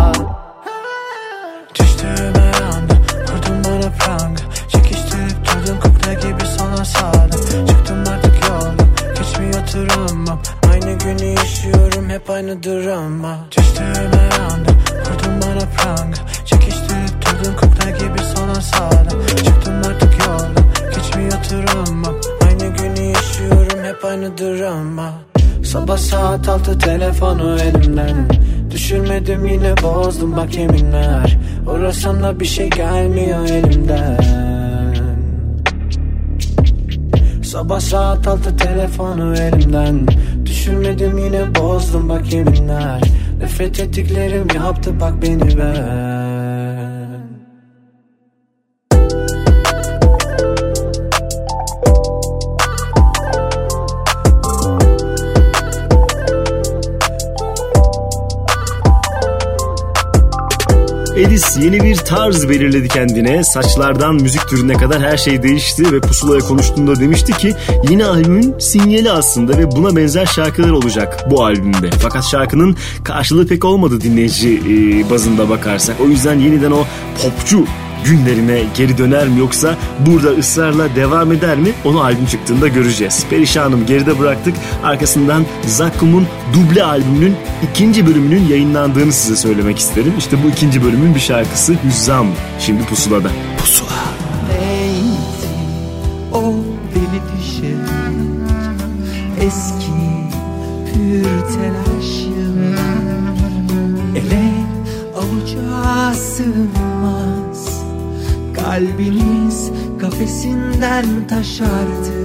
Düştüğüm her anda vurdun bana pranga. Çekiştirip durdun kukla gibi sana sağdım. Çıktım artık yolda, geçmiyor travmam. Aynı günü yaşıyorum hep aynı drama. Düştüğüm her anda vurdun bana pranga. Çekiştirip durdun kukla gibi sana sağdım. Çıktım artık yolda, geçmiyor travmam. Aynı günü yaşıyorum hep aynı drama. Sabah saat altı telefonu elimden, düşürmedim yine bozdum bak yeminler. Uğrasam da bir şey gelmiyor elimden. Sabah saat altı telefonu elimden, düşürmedim yine bozdum bak yeminler. Nefret ettiklerim yaptı bak beni ben. yeni bir tarz belirledi kendine. Saçlardan müzik türüne kadar her şey değişti ve Pusula'ya konuştuğunda demişti ki yeni albümün sinyali aslında ve buna benzer şarkılar olacak bu albümde. Fakat şarkının karşılığı pek olmadı dinleyici e, bazında bakarsak. O yüzden yeniden o popçu günlerine geri döner mi yoksa burada ısrarla devam eder mi? Onu albüm çıktığında göreceğiz. Perişanım geride bıraktık. Arkasından Zakkum'un duble albümünün ikinci bölümünün yayınlandığını size söylemek isterim. İşte bu ikinci bölümün bir şarkısı Hüzzam. Şimdi Pusula'da. Pusula. Neydi o beni düşer eski pür telaşım, ele avuca sığmaz, kalbimiz kafesinden taşardı.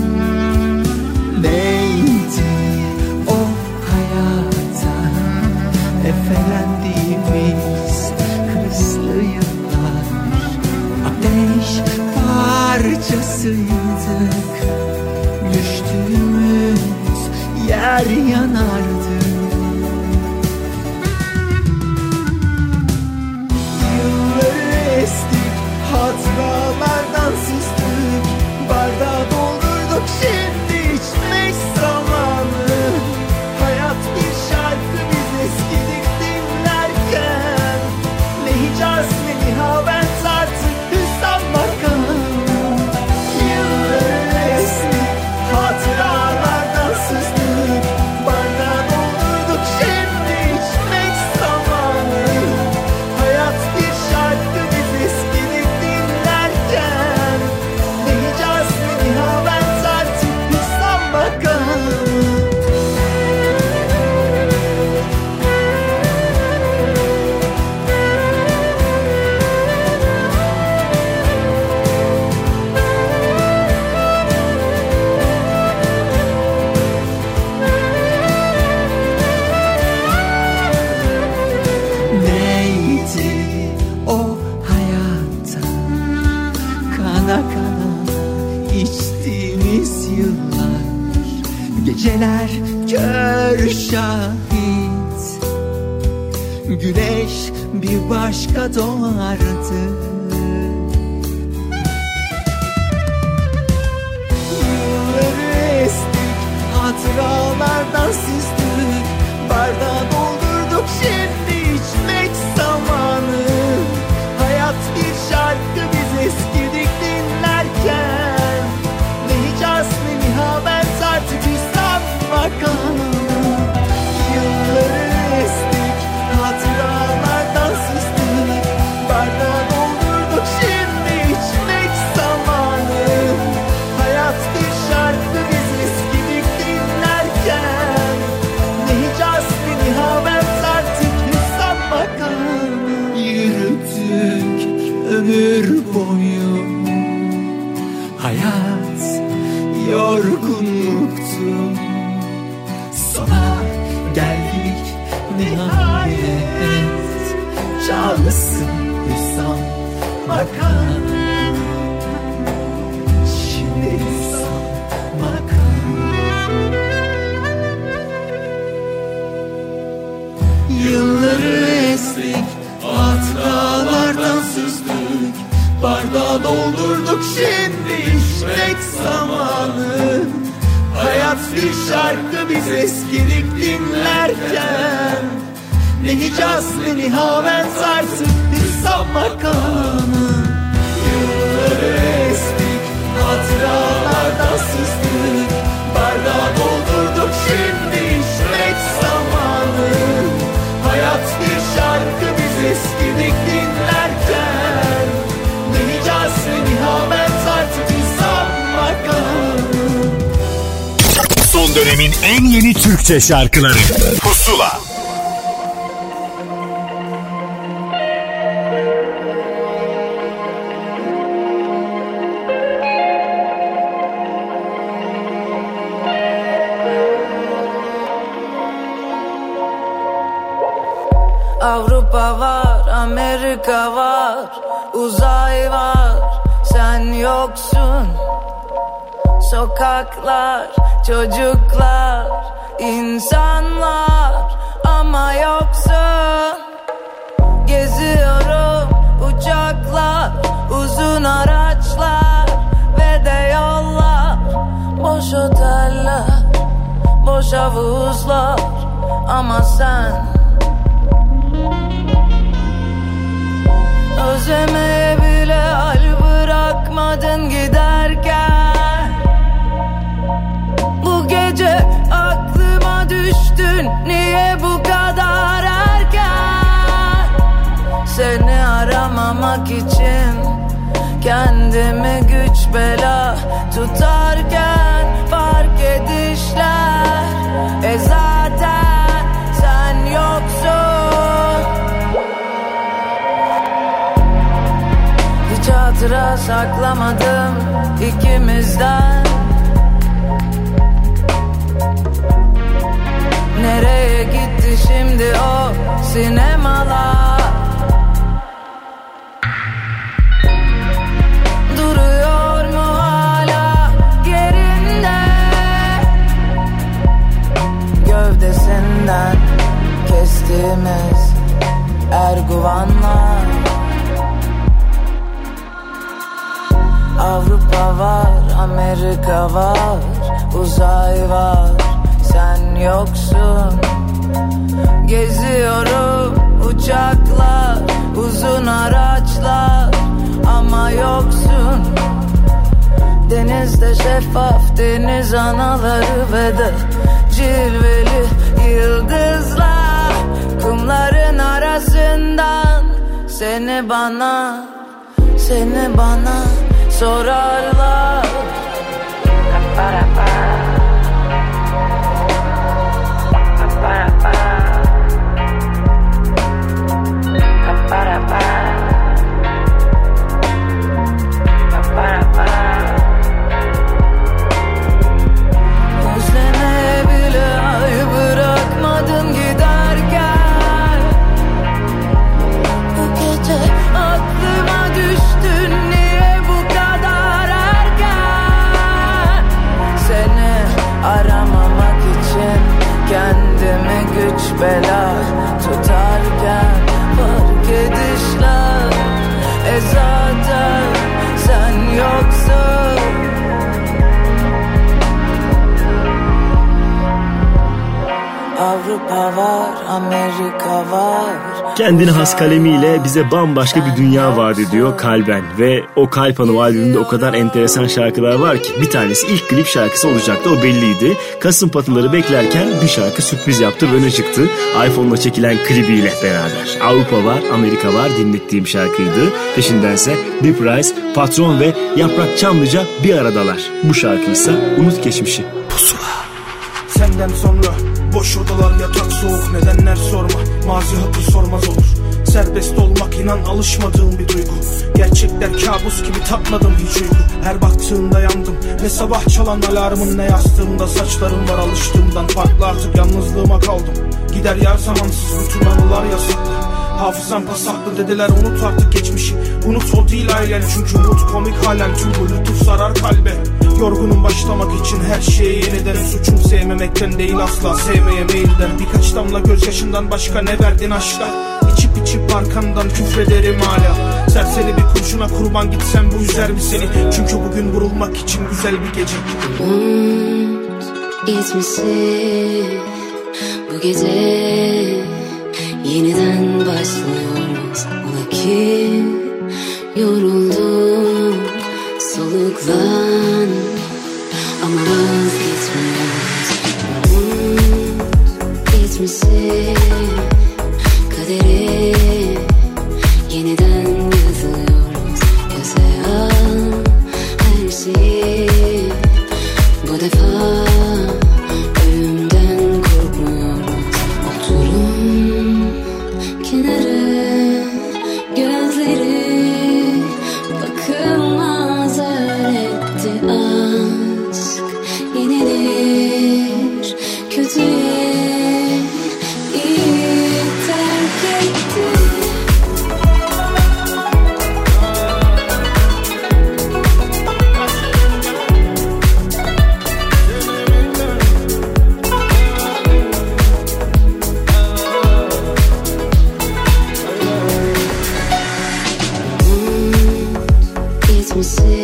Neydi o hayata efelendiğimiz hırslı yıllar, ateş parçasıydık, düştüğümüz yer yanardı. Yılları estik, hatıralardan sızdık, bardağı doldurduk, şimdi içmek zamanı. Hayat bir şarkı, biz eskidik dinlerken, ne Hicaz ne Nihavent artık hüzzam makamı. Yılları estik, hatıralardan sızdık, bardağı doldurduk, şimdi içmek zamanı. Hayat bir şarkı, biz eskidik dinlerken, ne Hicaz ne Nihavent artık hüzzam makamı. Neydi o hayata kana kana içtiğimiz yıllar, geceler kör şahit, güneş bir başka doğardı. Yılları estik, hatıralardan sızdık, bardağı doldurduk, şimdi içmek zamanı. Hayat bir şarkı, biz eskidik dinlerken, ne Hicaz ne Nihavent artık hüzzam makamı. Yılları estik, hatıralardan sızdık, bardağı doldurduk, şimdi içmek zamanı. Hayat bir şarkı, biz eskidik dinlerken, ne Hicaz ne Nihavent artık hüzzam makamı. Yürüdük ömür boyu, hayat yorgunluktu, sona geldik nihayet, çalsın hüzzam makamı. Şimdi hüzzam makamı. Yılları estik, hatıralardan sızdık, bardağı doldurduk, şimdi içmek zamanı. Hayat bir şarkı, biz eskidik dinlerken, ne Hicaz ne Nihavent artık hüzzam makamı. Yılları estik, hatıralardan sızdık, bardağı doldurduk, şimdi içmek zamanı. Hayat bir şarkı, biz eskidik dinlerken, ne Hicaz ne Nihavent artık hüzzam makamı. Son dönemin en yeni Türkçe şarkıları Pusula. Avrupa var, Amerika var, uzay var, sen yoksun. Sokaklar, çocuklar, insanlar ama yoksun. Geziyorum uçaklar, uzun araçlar ve de yollar, boş oteller, boş havuzlar. Ama sen özlemeye bile hal bırakmadın giderken. Bu gece aklıma düştün, niye bu kadar erken? Seni aramamak için kendimi güç bela tutarken fark edişler. E zaten sen yoksun. Hiç hatıra saklamadım ikimizden. Nereye gitti şimdi o sinemalar? Duruyor mu hala yerinde? Gövdesinden kestiğimiz erguvanlar. Avrupa var, Amerika var, uzay var, sen yoksun. Geziyorum uçaklar, uzun araçlar ama yoksun. Denizde şeffaf deniz anaları ve de cilveli yıldızlar. Kumların arasından seni bana, seni bana sorarlar. Özlemeye bile ay bırakmadın giderken. Bu gece aklıma düştün, niye bu kadar erken? Seni aramamak için kendimi güç bela tutarken fark edişler. E zaten sen yoksun. Avrupa var, Amerika var. Kendine has kalemiyle bize bambaşka bir dünya vaat ediyor Kalben. Ve o Kalp Hanım albümünde o kadar enteresan şarkılar var ki bir tanesi ilk klip şarkısı olacaktı, o belliydi. Kasım Patıları beklerken bir şarkı sürpriz yaptı ve öne çıktı. iPhone'la çekilen klibiyle beraber. Avrupa var, Amerika var dinlettiğim şarkıydı. Peşindense Deep Rise, Patron ve Yaprak Çamlıca bir aradalar. Bu şarkıysa Unut Geçmişi. Pusula. Senden sonra boş odalar, yatak soğuk, nedenler sorma. Mazi hatır sormaz olur. Serbest olmak inan alışmadığım bir duygu. Gerçekler kabus gibi, tatmadım hiç uyku. Her baktığında yandım. Ne sabah çalan alarmın, ne yastığımda saçlarım var. Alıştığımdan farklı artık yalnızlığıma kaldım. Gider yar zamansız, bütün anılar yasaklı. Hafızam pasaklı dediler, unut artık geçmişi. Unut, o değil ailen, çünkü umut komik halen. Tüm bu lütuf sarar kalbe. Yorgunum başlamak için her şeye yeniden. Suçum sevmemekten değil, asla sevmeye meyilden. Birkaç damla gözyaşından başka ne verdin aşka? İçip içip arkandan küfrederim hala. Serseri bir kurşuna kurban gitsem bu üzer mi seni? Çünkü bugün vurulmak için güzel bir gece. Unut geçmişi, bu gece yeniden başlıyoruz. Ola ki yoruldum, soluklan ama vazgeçmiyoruz. Unut geçmişi, kaderi yeniden yazıyoruz. Göze al her şeyi, bu defa ölümden korkmuyoruz. Oturun kenara, gözleri bakılmaz öğretti. Aşk yenilir, kötüye iyi terk etti.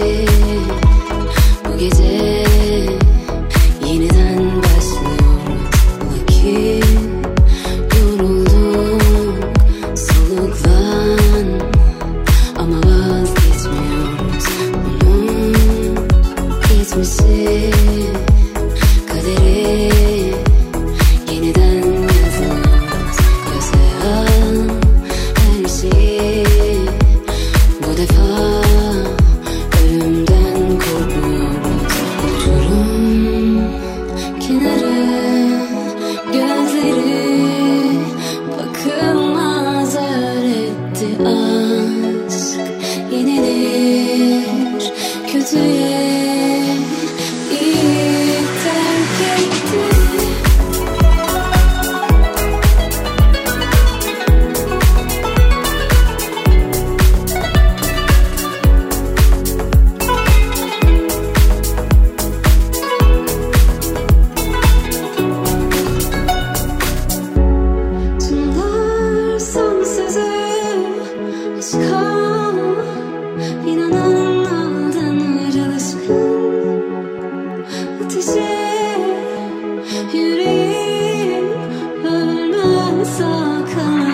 bu gece yeniden başlıyoruz. Vakit yorulduk soluklan ama vazgeçmiyoruz. Bunun geçmişi kaderi yeniden yazıyoruz. Göze al her şeyi bu defa ölümden korkmuyoruz. Oturum kenarı gözleri bakılmaz öğretti. Aşk yenilir kötüye iyi terk etti. Tınlarsam sözü aşka inananlardan alışkın ateşe yüreğim ölmez sakın.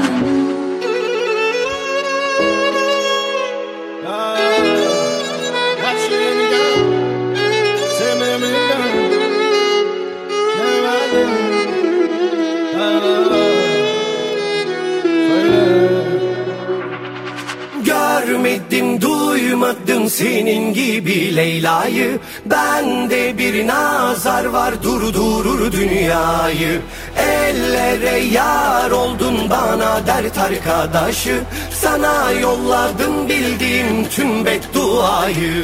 Görmedim, duymadım senin gibi Leyla'yı. Bende bir nazar var, durdurur dünyayı. Ellere yar oldun, bana dert arkadaşı. Sana yolladım bildiğim tüm bedduayı.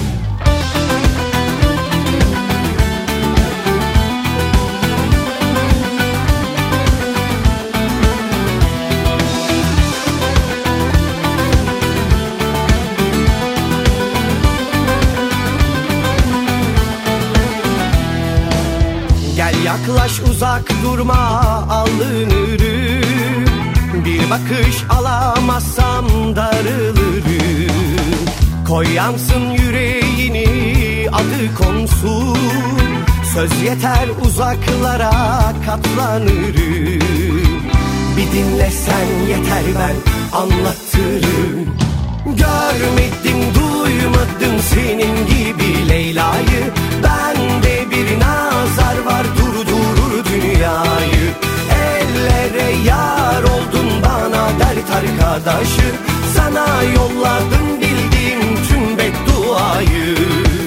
Gel yaklaş, uzak durma, alınırım. Bir bakış alamazsam darılırım. Koy yansın yüreğini, adı konsun. Söz yeter, uzaklara katlanırım. Bir dinlesen yeter, ben anlatırım. Görmedim, duymadım senin gibi Leyla'yı. Bende bir nazar var, durdurur dünyayı. Ellere yar oldun, bana dert arkadaşı. Sana yolladım bildiğim tüm bedduayı.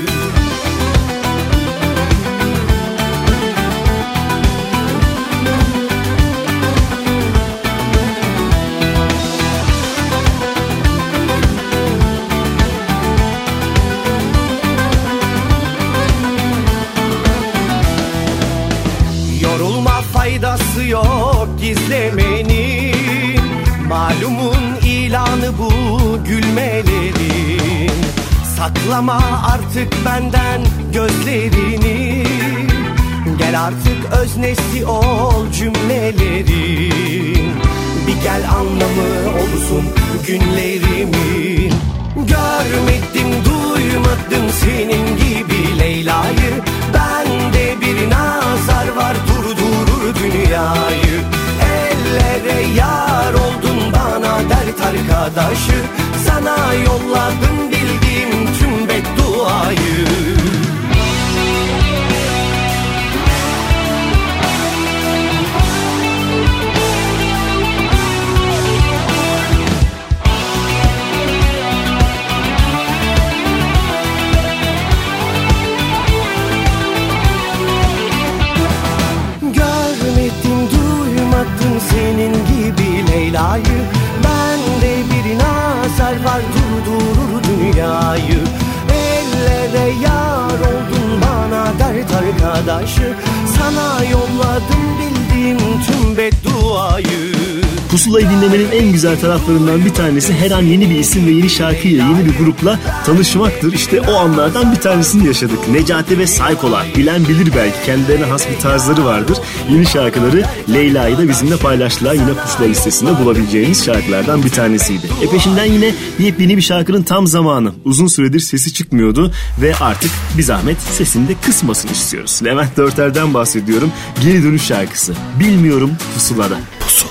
Faydası yok gizlemenin. Malumun ilanı bu gülmelerin. Saklama artık benden gözlerini. Gel artık öznesi ol cümlelerin. Bir gel anlamı olsun günlerimin. Görmedim, duymadım senin gibi Leyla'yı. Bende bir nazar var, durdurur dünyayı. Ellere yar oldun, bana dert arkadaşı. Sana yolladım bildiğim tüm bedduayı. Senin gibi Leyla'yı. Bende bir nazar var, durdurur dünyayı. Ellere yar oldun, bana dert arkadaşı. Sana yolladım bildiğim tüm bedduayı. Pusulayı dinlemenin en güzel taraflarından bir tanesi her an yeni bir isim ve yeni şarkıyla, yeni bir grupla tanışmaktır. İşte o anlardan bir tanesini yaşadık. Necati ve Saykolar. Bilen bilir belki, kendilerine has bir tarzları vardır. Yeni şarkıları Leyla'yı da bizimle paylaştılar. Yine Pusula listesinde bulabileceğiniz şarkılardan bir tanesiydi. E peşinden yine yepyeni bir şarkının tam zamanı. Uzun süredir sesi çıkmıyordu ve artık bir zahmet sesini de kısmasını istiyoruz. Levent Dörter'den bahsediyorum. Geri dönüş şarkısı. Bilmiyorum Pusula'da. Pusula.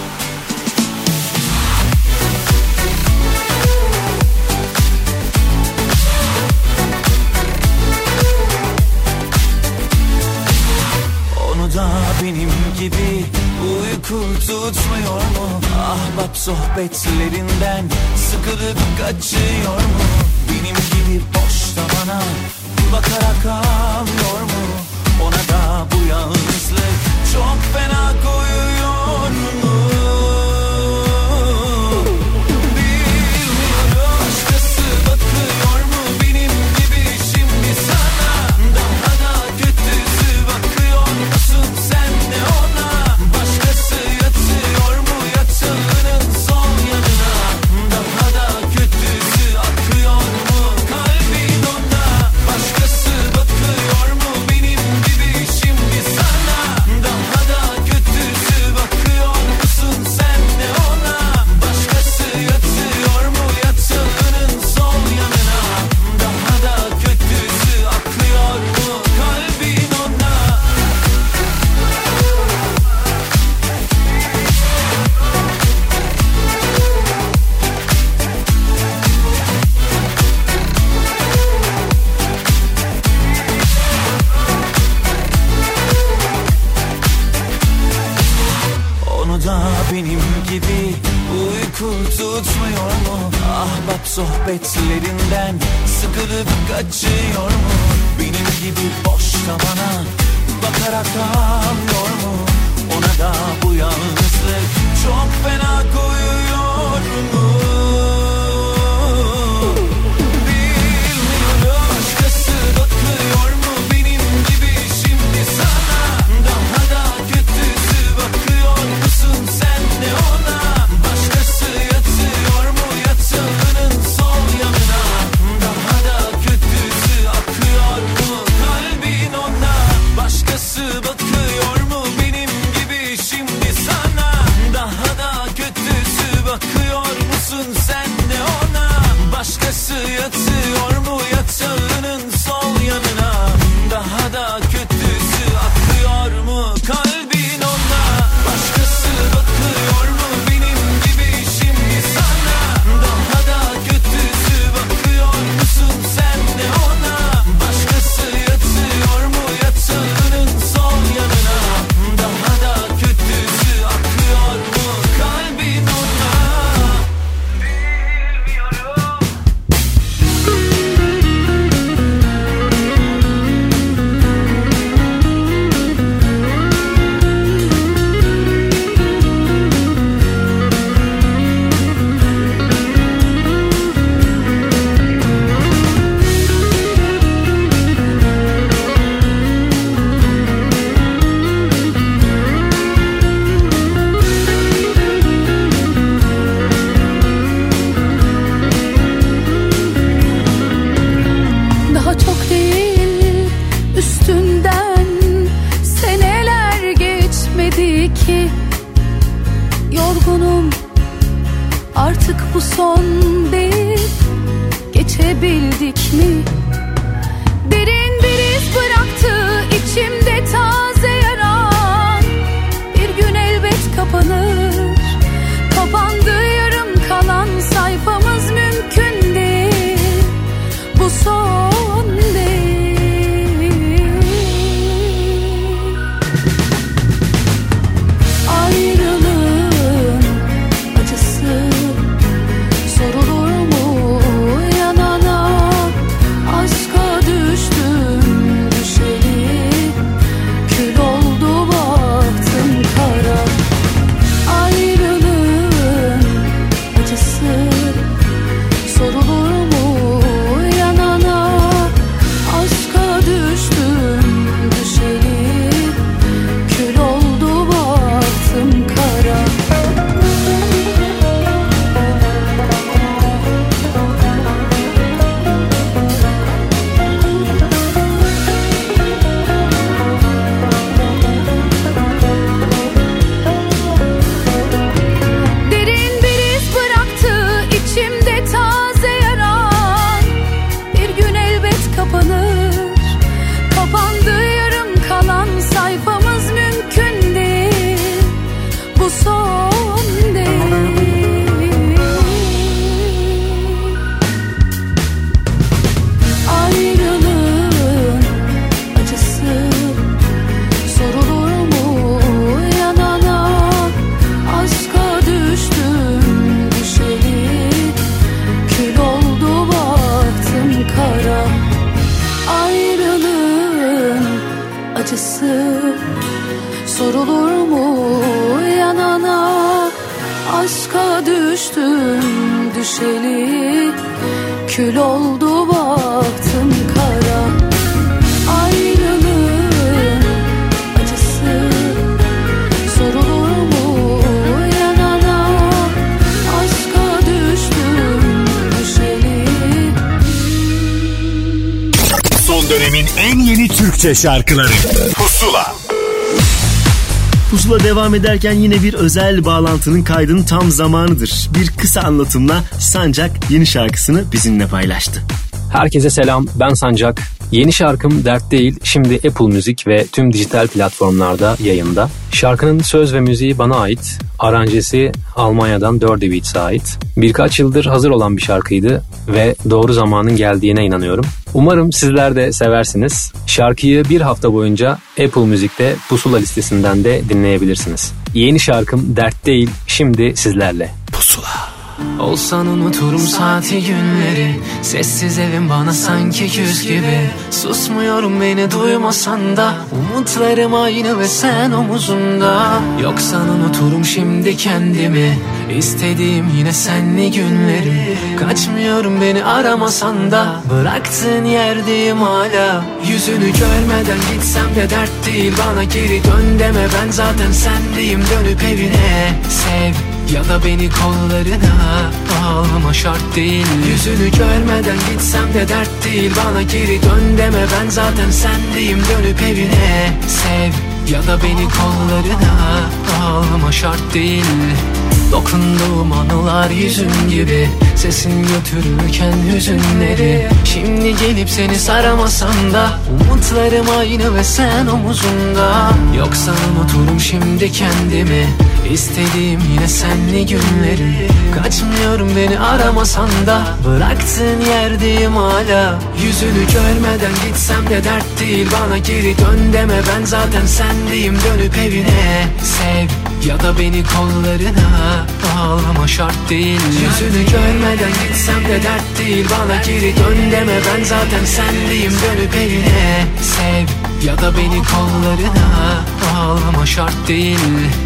Onu da benim gibi uyku tutmuyor mu? Ahbap sohbetlerinden sıkılıp kaçıyor mu? Benim gibi boşta bana bakarak ağlıyor mu? Ona da bu yalnızlık çok fena koyuyor mu? Bilmiyorum, başkası bakıyor mu benim gibi şimdi sana? Daha da kötüsü bakıyor musun sen de ona? Başkası yatıyor mu yatağının sol yanına? Daha da kötüsü akıyor mu kalbin ona? Başkası bakıyor mu benim gibi şimdi sana? Daha da kötüsü bakıyor musun sen de ona? Başkası yatıyor mu yatağının sol yanına? Daha da kötüsü akıyor mu kalbin ona? Onu da benim gibi uyku tutmuyor mu? Ahbap sohbetlerinden sıkılıp kaçıyor mu? Benim gibi boşta bana bakarak ağlıyor mu? Ona da bu yalnızlık çok fena koyuyor mu? Bilmiyorum, başkası bakıyor mu benim gibi şimdi sana? Daha da kötüsü bakıyor musun sen de ona? Başkası yatıyor mu yatağının sol yanına? Daha da kötüsü akıyor mu kalbin ona? Başkası bakıyor mu benim gibi şimdi sana? Daha da kötüsü bakıyor musun sen de ona? Başkası yatıyor mu yatağının sol yanına? Daha da kötüsü akıyor mu kalbin ona? Başkası bakıyor mu benim gibi şimdi sana? Daha da kötüsü bakıyor musun sen de ona? Başkası yatıyor mu yatağının sol yanına? Daha da kötüsü akıyor mu kalbin ona? Daha çok değil üstünden seneler geçmedi ki. Yorgunum artık bu son değil, geçebildik mi? Derin bir iz bıraktı içimde taze yaran. Bir gün elbet kapanır, kapandı yarım kalan sayfamız mümkün değil. Bu son değil. Ayrılığın acısı sorulur mu yanana? acısı sorulur mu yanana? Aşka düştüm düşeli, kül oldu baktım kara. Ayrılığın acısı sorulur mu yanana? Aşka düştüm düşeli. Son dönemin en yeni Türkçe şarkıları Pusula. Pusula devam ederken yine bir özel bağlantının kaydının tam zamanıdır. Bir kısa anlatımla Sancak yeni şarkısını bizimle paylaştı. Herkese selam, ben Sancak. Yeni şarkım Dert Değil, şimdi Apple Müzik ve tüm dijital platformlarda yayında. Şarkının söz ve müziği bana ait, aranjesi Almanya'dan Dirty Beats'e ait. Birkaç yıldır hazır olan bir şarkıydı ve doğru zamanın geldiğine inanıyorum. Umarım sizler de seversiniz. Şarkıyı bir hafta boyunca Apple Müzik'te Pusula listesinden de dinleyebilirsiniz. Yeni şarkım Dert Değil, şimdi sizlerle. Pusula. Olsan unuturum saati günleri, sessiz evim bana sanki küs gibi. Susmuyorum beni duymasan da, umutlarım aynı ve sen omuzumda. Yoksan unuturum şimdi kendimi, istediğim yine senli günleri. Kaçmıyorum beni aramasan da, bıraktığın yerdeyim hala. Yüzünü görmeden gitsem de dert değil, bana geri dön deme, ben zaten sendeyim. Dönüp evine sev ya da beni kollarına alma, şart değil. Yüzünü görmeden gitsem de dert değil, bana geri dön deme, ben zaten sendeyim. Dönüp evine sev ya da beni kollarına alma, şart değil. Dokunduğum anılar yüzün gibi, sesin götürürken hüzünleri. Şimdi gelip seni saramasam da, umutlarım aynı ve sen omuzumda. Yoksa unuturum şimdi kendimi, istediğim yine senli günleri. Kaçmıyorum beni aramasan da, bıraktığın yerdeyim hala. Yüzünü görmeden gitsem de dert değil, bana geri dön deme, ben zaten sendeyim. Dönüp evine sev ya da beni kollarına alma, şart değil. Yüzünü görmeden gitsem de dert değil, bana geri dön deme, ben zaten sendeyim. Dönüp evine sev ya da beni kollarına alma, şart değil.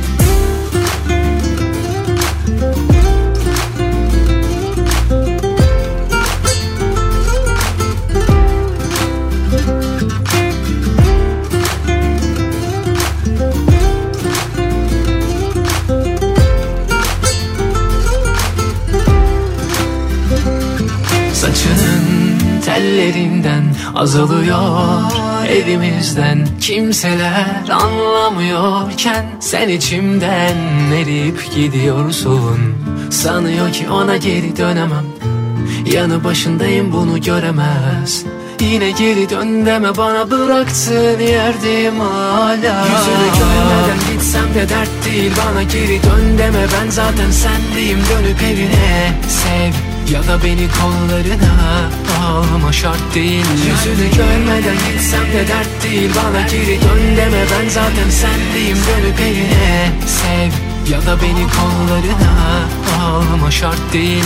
Saçının tellerinden azalıyor evimizden, kimseler anlamıyorken sen içimden eriyip gidiyorsun. Sanıyor ki ona geri dönemem, yanı başındayım bunu göremez. Yine geri dön deme, bana bıraktığın yerdeyim hala. Yüzünü görmeden gitsem de dert değil, bana geri dön deme, ben zaten sendeyim. Dönüp evine sev ya da beni kollarına alma, şart değil. Yüzünü görmeden gitsem de dert değil, bana geri dön deme, ben zaten sendeyim. Dönüp evine sev ya da beni kollarına alma, şart değil.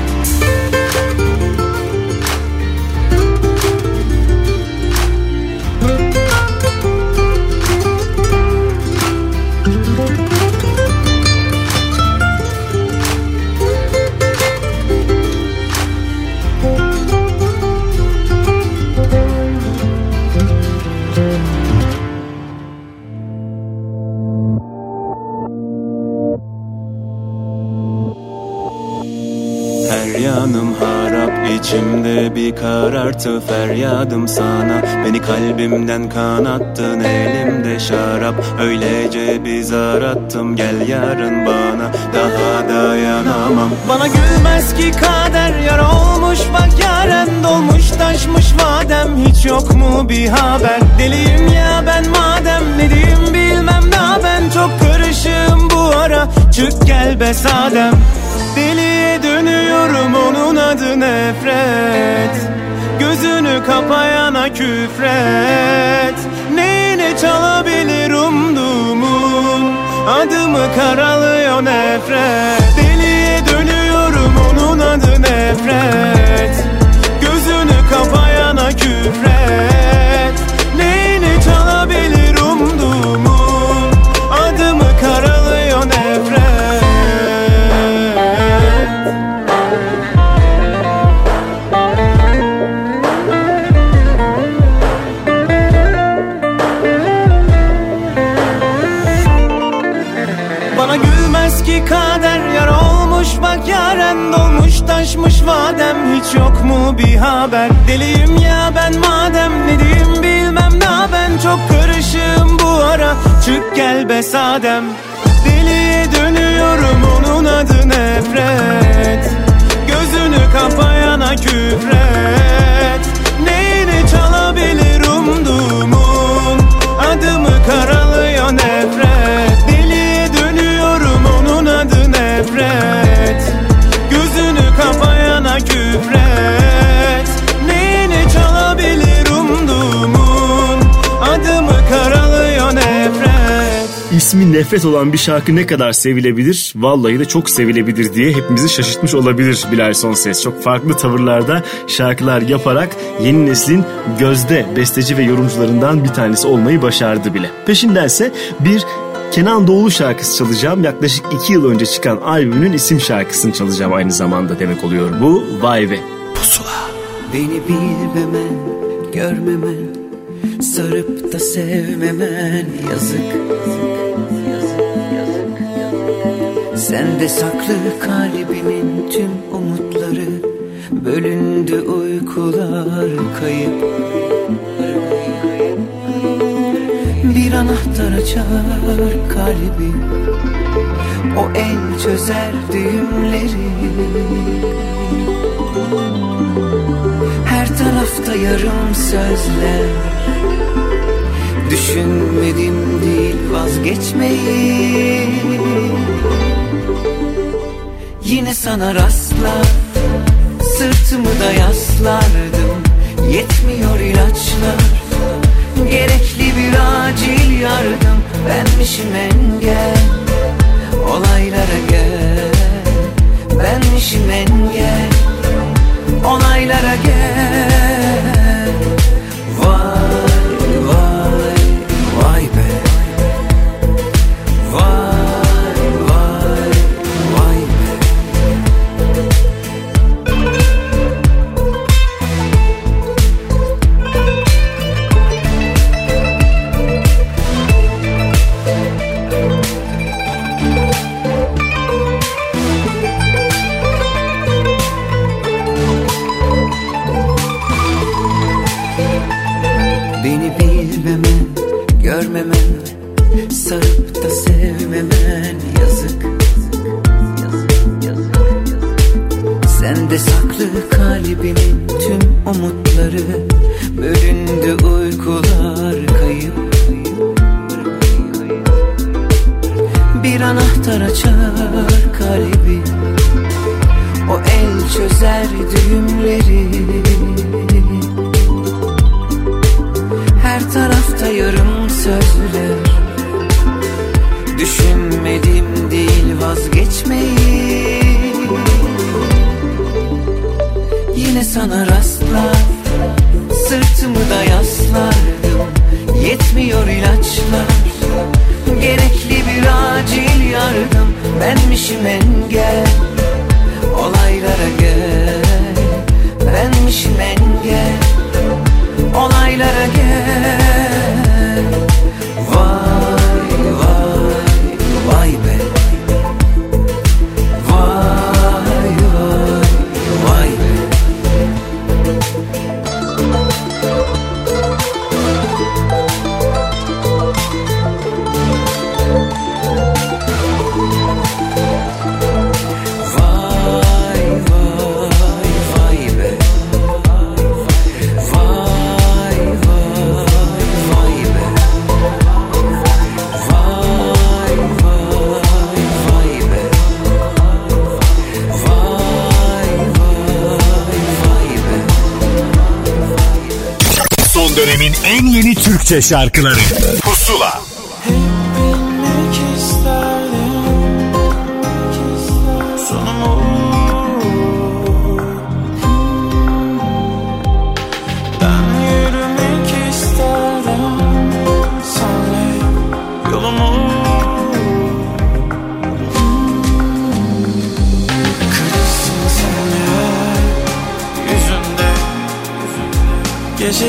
Yanım harap, içimde bir karartı feryadım sana. Beni kalbimden kanattın, elimde şarap. Öylece bir zar attım, gel yarın bana, daha dayanamam. Bana gülmez ki kader, yara olmuş bak yaren. Dolmuş taşmış vadem, hiç yok mu bir haber? Deliyim ya ben madem, ne diyeyim bilmem daha. Ben çok karışığım bu ara, çık gel be sadem. Deliye dönüyorum, onun adı nefret. Gözünü kapayana küfret. Neyine çalabilir umduğumun, adımı karalıyor nefret. Deliye dönüyorum, onun adı nefret. Gözünü kapayana küfret. Neyine çalabilir badem, hiç yok mu bir haber? Deliyim ya ben madem, ne diyeyim bilmem daha, ben çok karışığım bu ara. Çık gel be sadem. Deliye dönüyorum, onun adı nefret. Gözünü kapayana küfret. Neyini çalabilir umduğumun, adımı karalıyor nefret. Deliye dönüyorum, onun adı nefret. Gözünü kapayana küfret. Neyini çalabilir umduğumun, adımı karalıyor nefret. İsmi nefret olan bir şarkı ne kadar sevilebilir? Vallahi de çok sevilebilir diye hepimizi şaşırtmış olabilir Bilal Sonses. Çok farklı tavırlarda şarkılar yaparak yeni neslin gözde besteci ve yorumcularından bir tanesi olmayı başardı bile. Peşindense bir Kenan Doğulu şarkısı çalacağım. Yaklaşık iki yıl önce çıkan albümünün isim şarkısını çalacağım aynı zamanda demek oluyor. Bu Vay Be. Pusula. Beni bilmemen, görmemen, sarıp da sevmemen yazık. Sende saklı kalbimin tüm umutları, bölündü uykular kayıp. Bir anahtar açar kalbi, o el çözer düğümleri. Her tarafta yarım sözler, düşünmedim değil vazgeçmeyi. Yine sana rastlar, sırtımı da yaslardım. Yetmiyor ilaçlar, gerekli bir acil yardım. Benmişim engel, olaylara gel. Benmişim engel, olaylara gel. Vay vay vay be. Vay vay vay be. Beni bilmemen, görmemen, sarıp da sevmemen yazık. Sende saklı kalbimin tüm umutları, bölündü uykular kayıp. Bir anahtar açar kalbi, o el çözer düğümleri. Her tarafta yarım sözler, düşünmedim değil vazgeçmeyi. Yine sana rastlar, sırtımı da yaslardım. Yetmiyor ilaçlar, gerekli bir acil yardım. Benmişim engel, olaylara gel. Benmişim engel, olaylara gel. Vay vay vay be. Vay vay vay be. Vay vay vay be. Vay vay vay be. Vay vay vay be. Vay vay vay be. Son dönemin en yeni Türkçe şarkıları Pusula. Bilmek isterdim sonumu. Ben yürümek isterdim senle yolumu. Kırılsın senle yüzünde gece.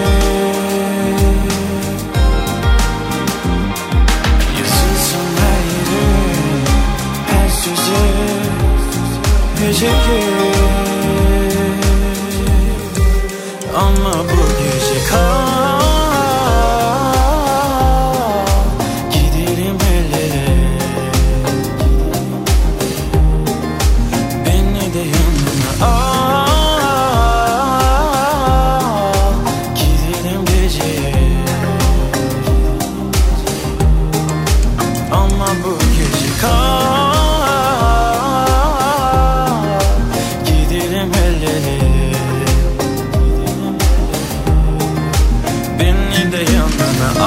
Yazılsın her yeri, her sözü gece. Ama bu gece kal, gidelim el ele, beni de yanına al, gidelim geceye. Ama bu gece kal, gidelim el ele, beni de yanına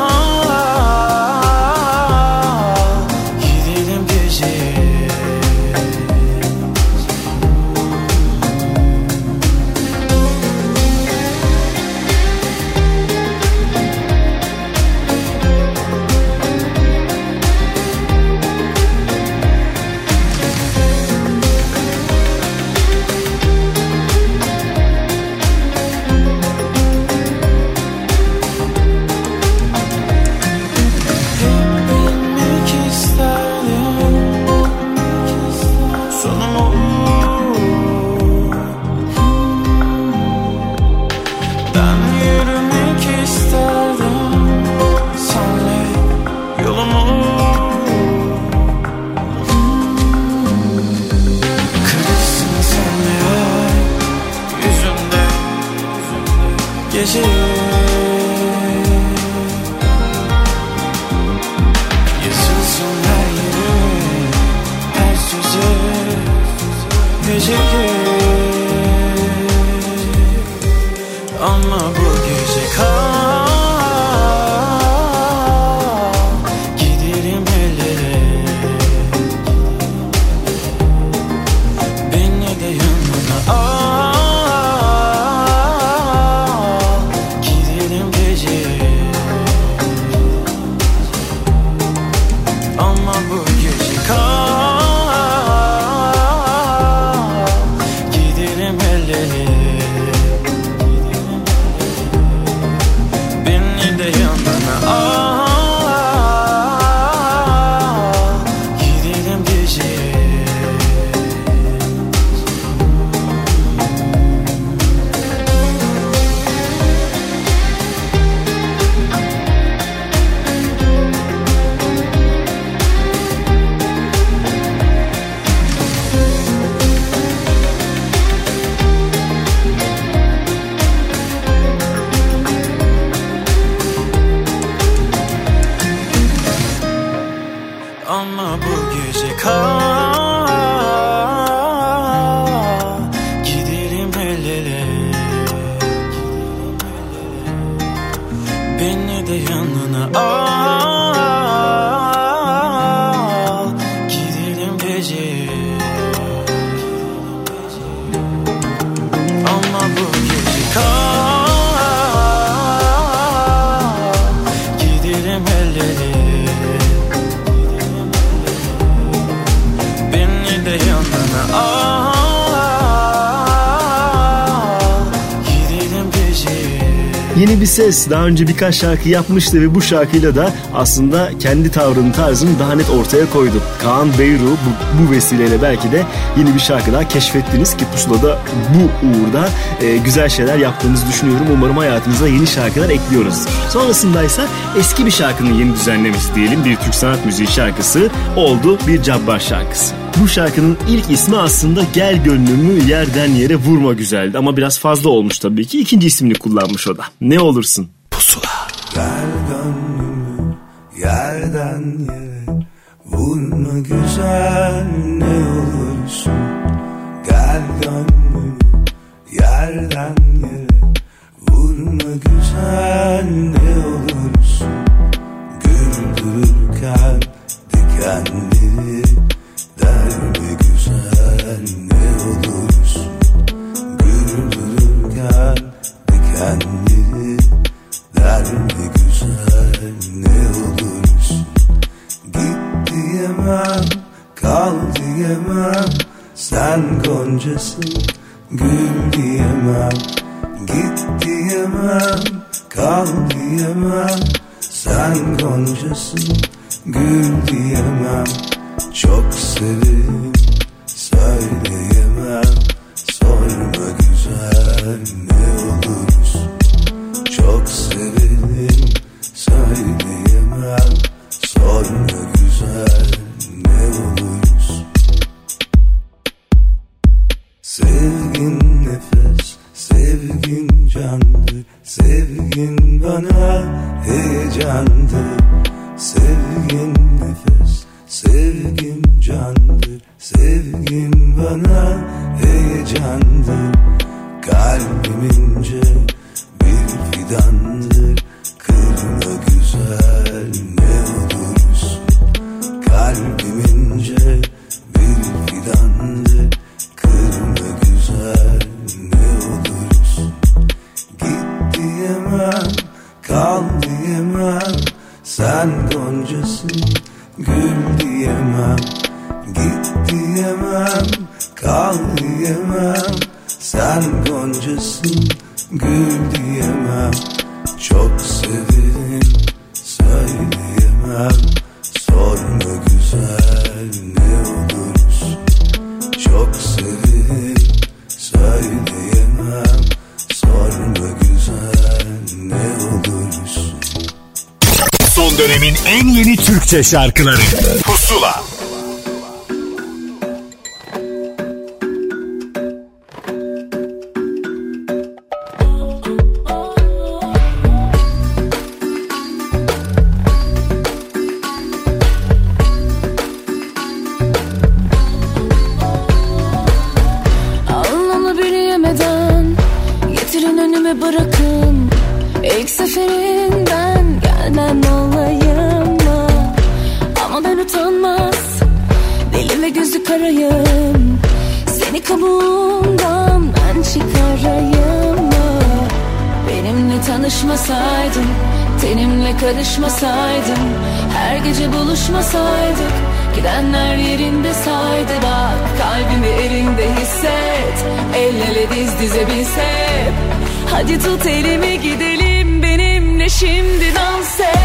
al, gidelim geceye. Bilmek isterdim sonumu, ben yürümek isterdim senle yolumu. Kırıksın senle yüzünde gece, yazılsın her yere, her söze, geceye. Ama bu gece kal, gidelim el ele, beni de yanına al, gidelim geceye. Ama bu gece kal, gidelim el ele, beni de yanına al, gidelim geceye. Ama bu gece kal, gidelim el ele, beni de yanına al, gidelim geceye. Ama bu gece kal, gidelim el ele, beni de yanına al, gidelim geceye. Yeni bir ses, daha önce birkaç şarkı yapmıştı ve bu şarkıyla da aslında kendi tavrını, tarzını daha net ortaya koydu. Kaan Beyru bu, bu vesileyle belki de yeni bir şarkı daha keşfettiniz ki pusulada bu uğurda e, güzel şeyler yaptığınızı düşünüyorum. Umarım hayatınıza yeni şarkılar ekliyoruzdur. Sonrasındaysa eski bir şarkının yeni düzenlemesi diyelim, bir Türk sanat müziği şarkısı oldu, bir Cabbar şarkısı. Bu şarkının ilk ismi aslında Gel Gönlümü Yerden Yere Vurma Güzeldi ama biraz fazla olmuş tabii ki. İkinci ismini kullanmış o da. Ne olursun? Pusula. Gel gönlümü yerden yere vurma güzel, ne olursun. Gel gönlümü yerden yere vurma güzel, ne olursun. Güldürürken dikenleri derme güzel, ne olursun. Güldürürken dikenleri derme güzel, ne olursun. Git diyemem, kal diyemem, sen goncasın, gül diyemem. Git diyemem, kal diyemem, sen goncasın, gül diyemem. Çok severim, söyleyemem, sorma güzel, ne olursun. Çok sevelim söyleyemem, sorma güzel ne olursun. Sevgin nefes, sevgin candır, sevgin bana heyecandır. Sevgin nefes, sevgin candır, sevgin bana heyecandır. Kalbim ince bir fidandır, kırma güzel ne olursun. Kalbim ince bir fidandır, kırma güzel ne olursun. Git diyemem, kal diyemem, sen goncasın, gül diyemem. Git diyemem, kal diyemem, sen goncasın, gül diyemem. Çok severim söyleyemem, sorma güzel ne olursun. Çok severim söyleyemem, sorma güzel ne olursun. Son dönemin en yeni Türkçe şarkıları Pusula. Alnını bürüyemeden getirin önüme bırakın. İlk seferinden gelmem olayım mı? Ama ben utanmaz, deli ve gözü karayım. Seni kabuğumdan ben çıkarayım mı? Benimle tanışmasaydın, tenimle karışmasaydın, her gece buluşmasaydık, gidenler yerinde saydı. Bak kalbimi elinde hisset, el ele diz dize bilsek. Hadi tut elimi gidelim benimle şimdi dans et.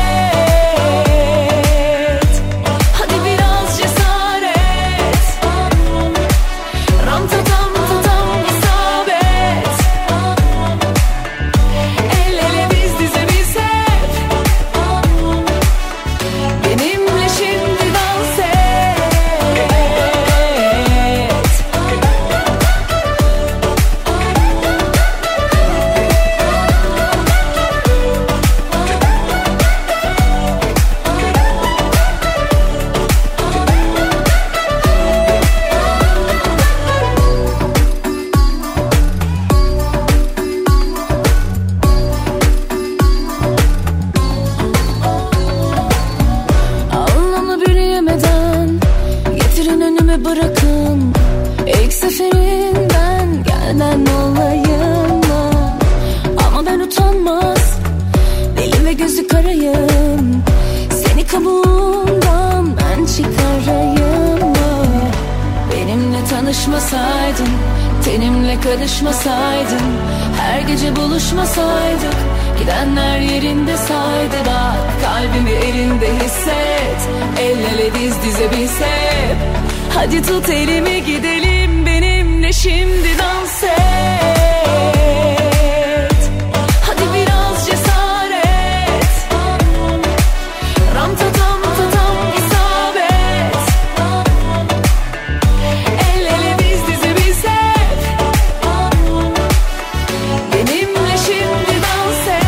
Hadi biraz cesaret, ram ta tam ta tam isabet. El ele diz dize bilsek, benimle şimdi dans et. Alnını bürüyemeden getirin önüme bırakın. İlk seferinden gelmem olayım mı? Ama ben utanmaz, deli ve gözü karayım. Seni kabuğumdan ben çıkarayım mı? Benimle tanışmasaydın, tenimle karışmasaydın, her gece buluşmasaydık, gidenler yerinde saydı. Bak kalbimi elinde hisset, el ele diz dize bilsek. Hadi tut elimi gidelim benimle şimdi dans et. Hadi biraz cesaret, ram ta tam ta tam isabet. El ele diz dize bilsek, benimle şimdi dans et.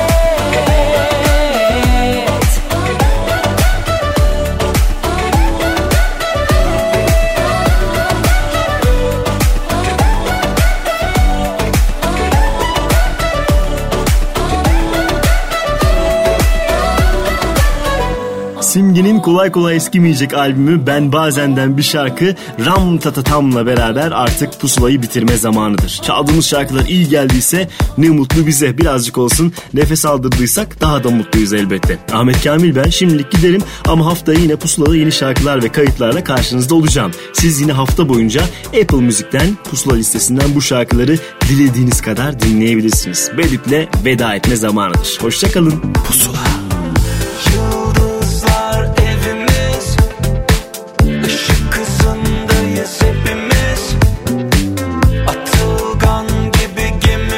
Simge'nin kolay kolay eskimeyecek albümü Ben Bazen'den bir şarkı Ram Tatatam'la beraber artık pusulayı bitirme zamanıdır. Çaldığımız şarkılar iyi geldiyse ne mutlu bize, birazcık olsun nefes aldırdıysak daha da mutluyuz elbette. Ahmet Kamil ben, şimdilik gidelim ama haftaya yine pusulada yeni şarkılar ve kayıtlarla karşınızda olacağım. Siz yine hafta boyunca Apple Müzik'ten, Pusula listesinden bu şarkıları dilediğiniz kadar dinleyebilirsiniz. Bedip'le veda etme zamanıdır. Hoşçakalın. Pusula. Yıldızlar evimiz, ışık hızındayız hepimiz. Atılgan gibi gemi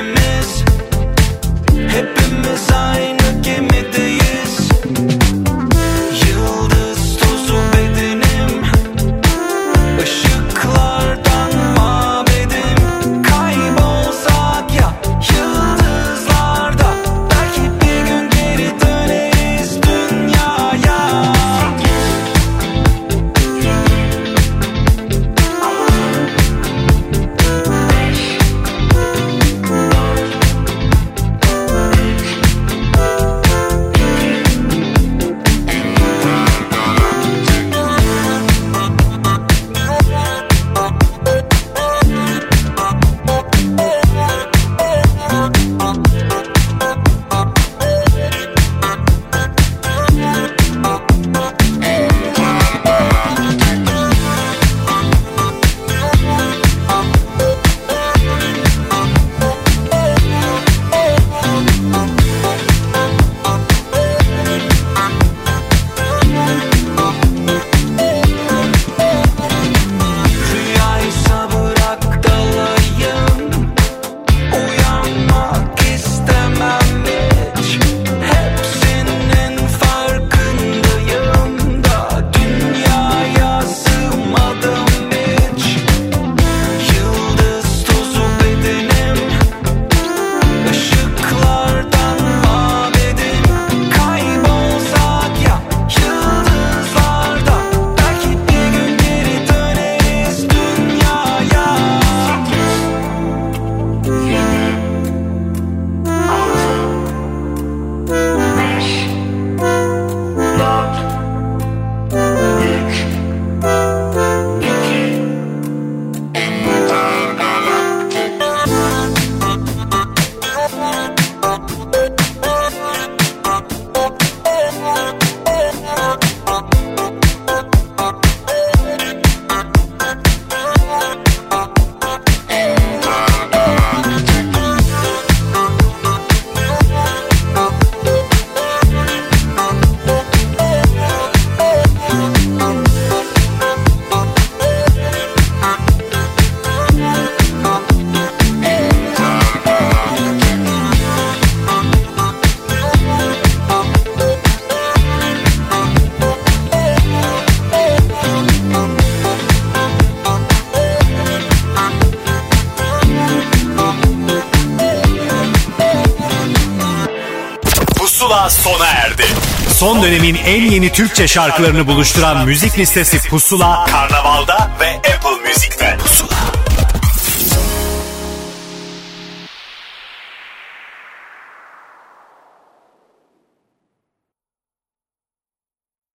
Pusula sona erdi. Son dönemin en yeni Türkçe şarkılarını buluşturan müzik listesi Pusula, Karnaval'da ve Apple Müzik'te. Pusula.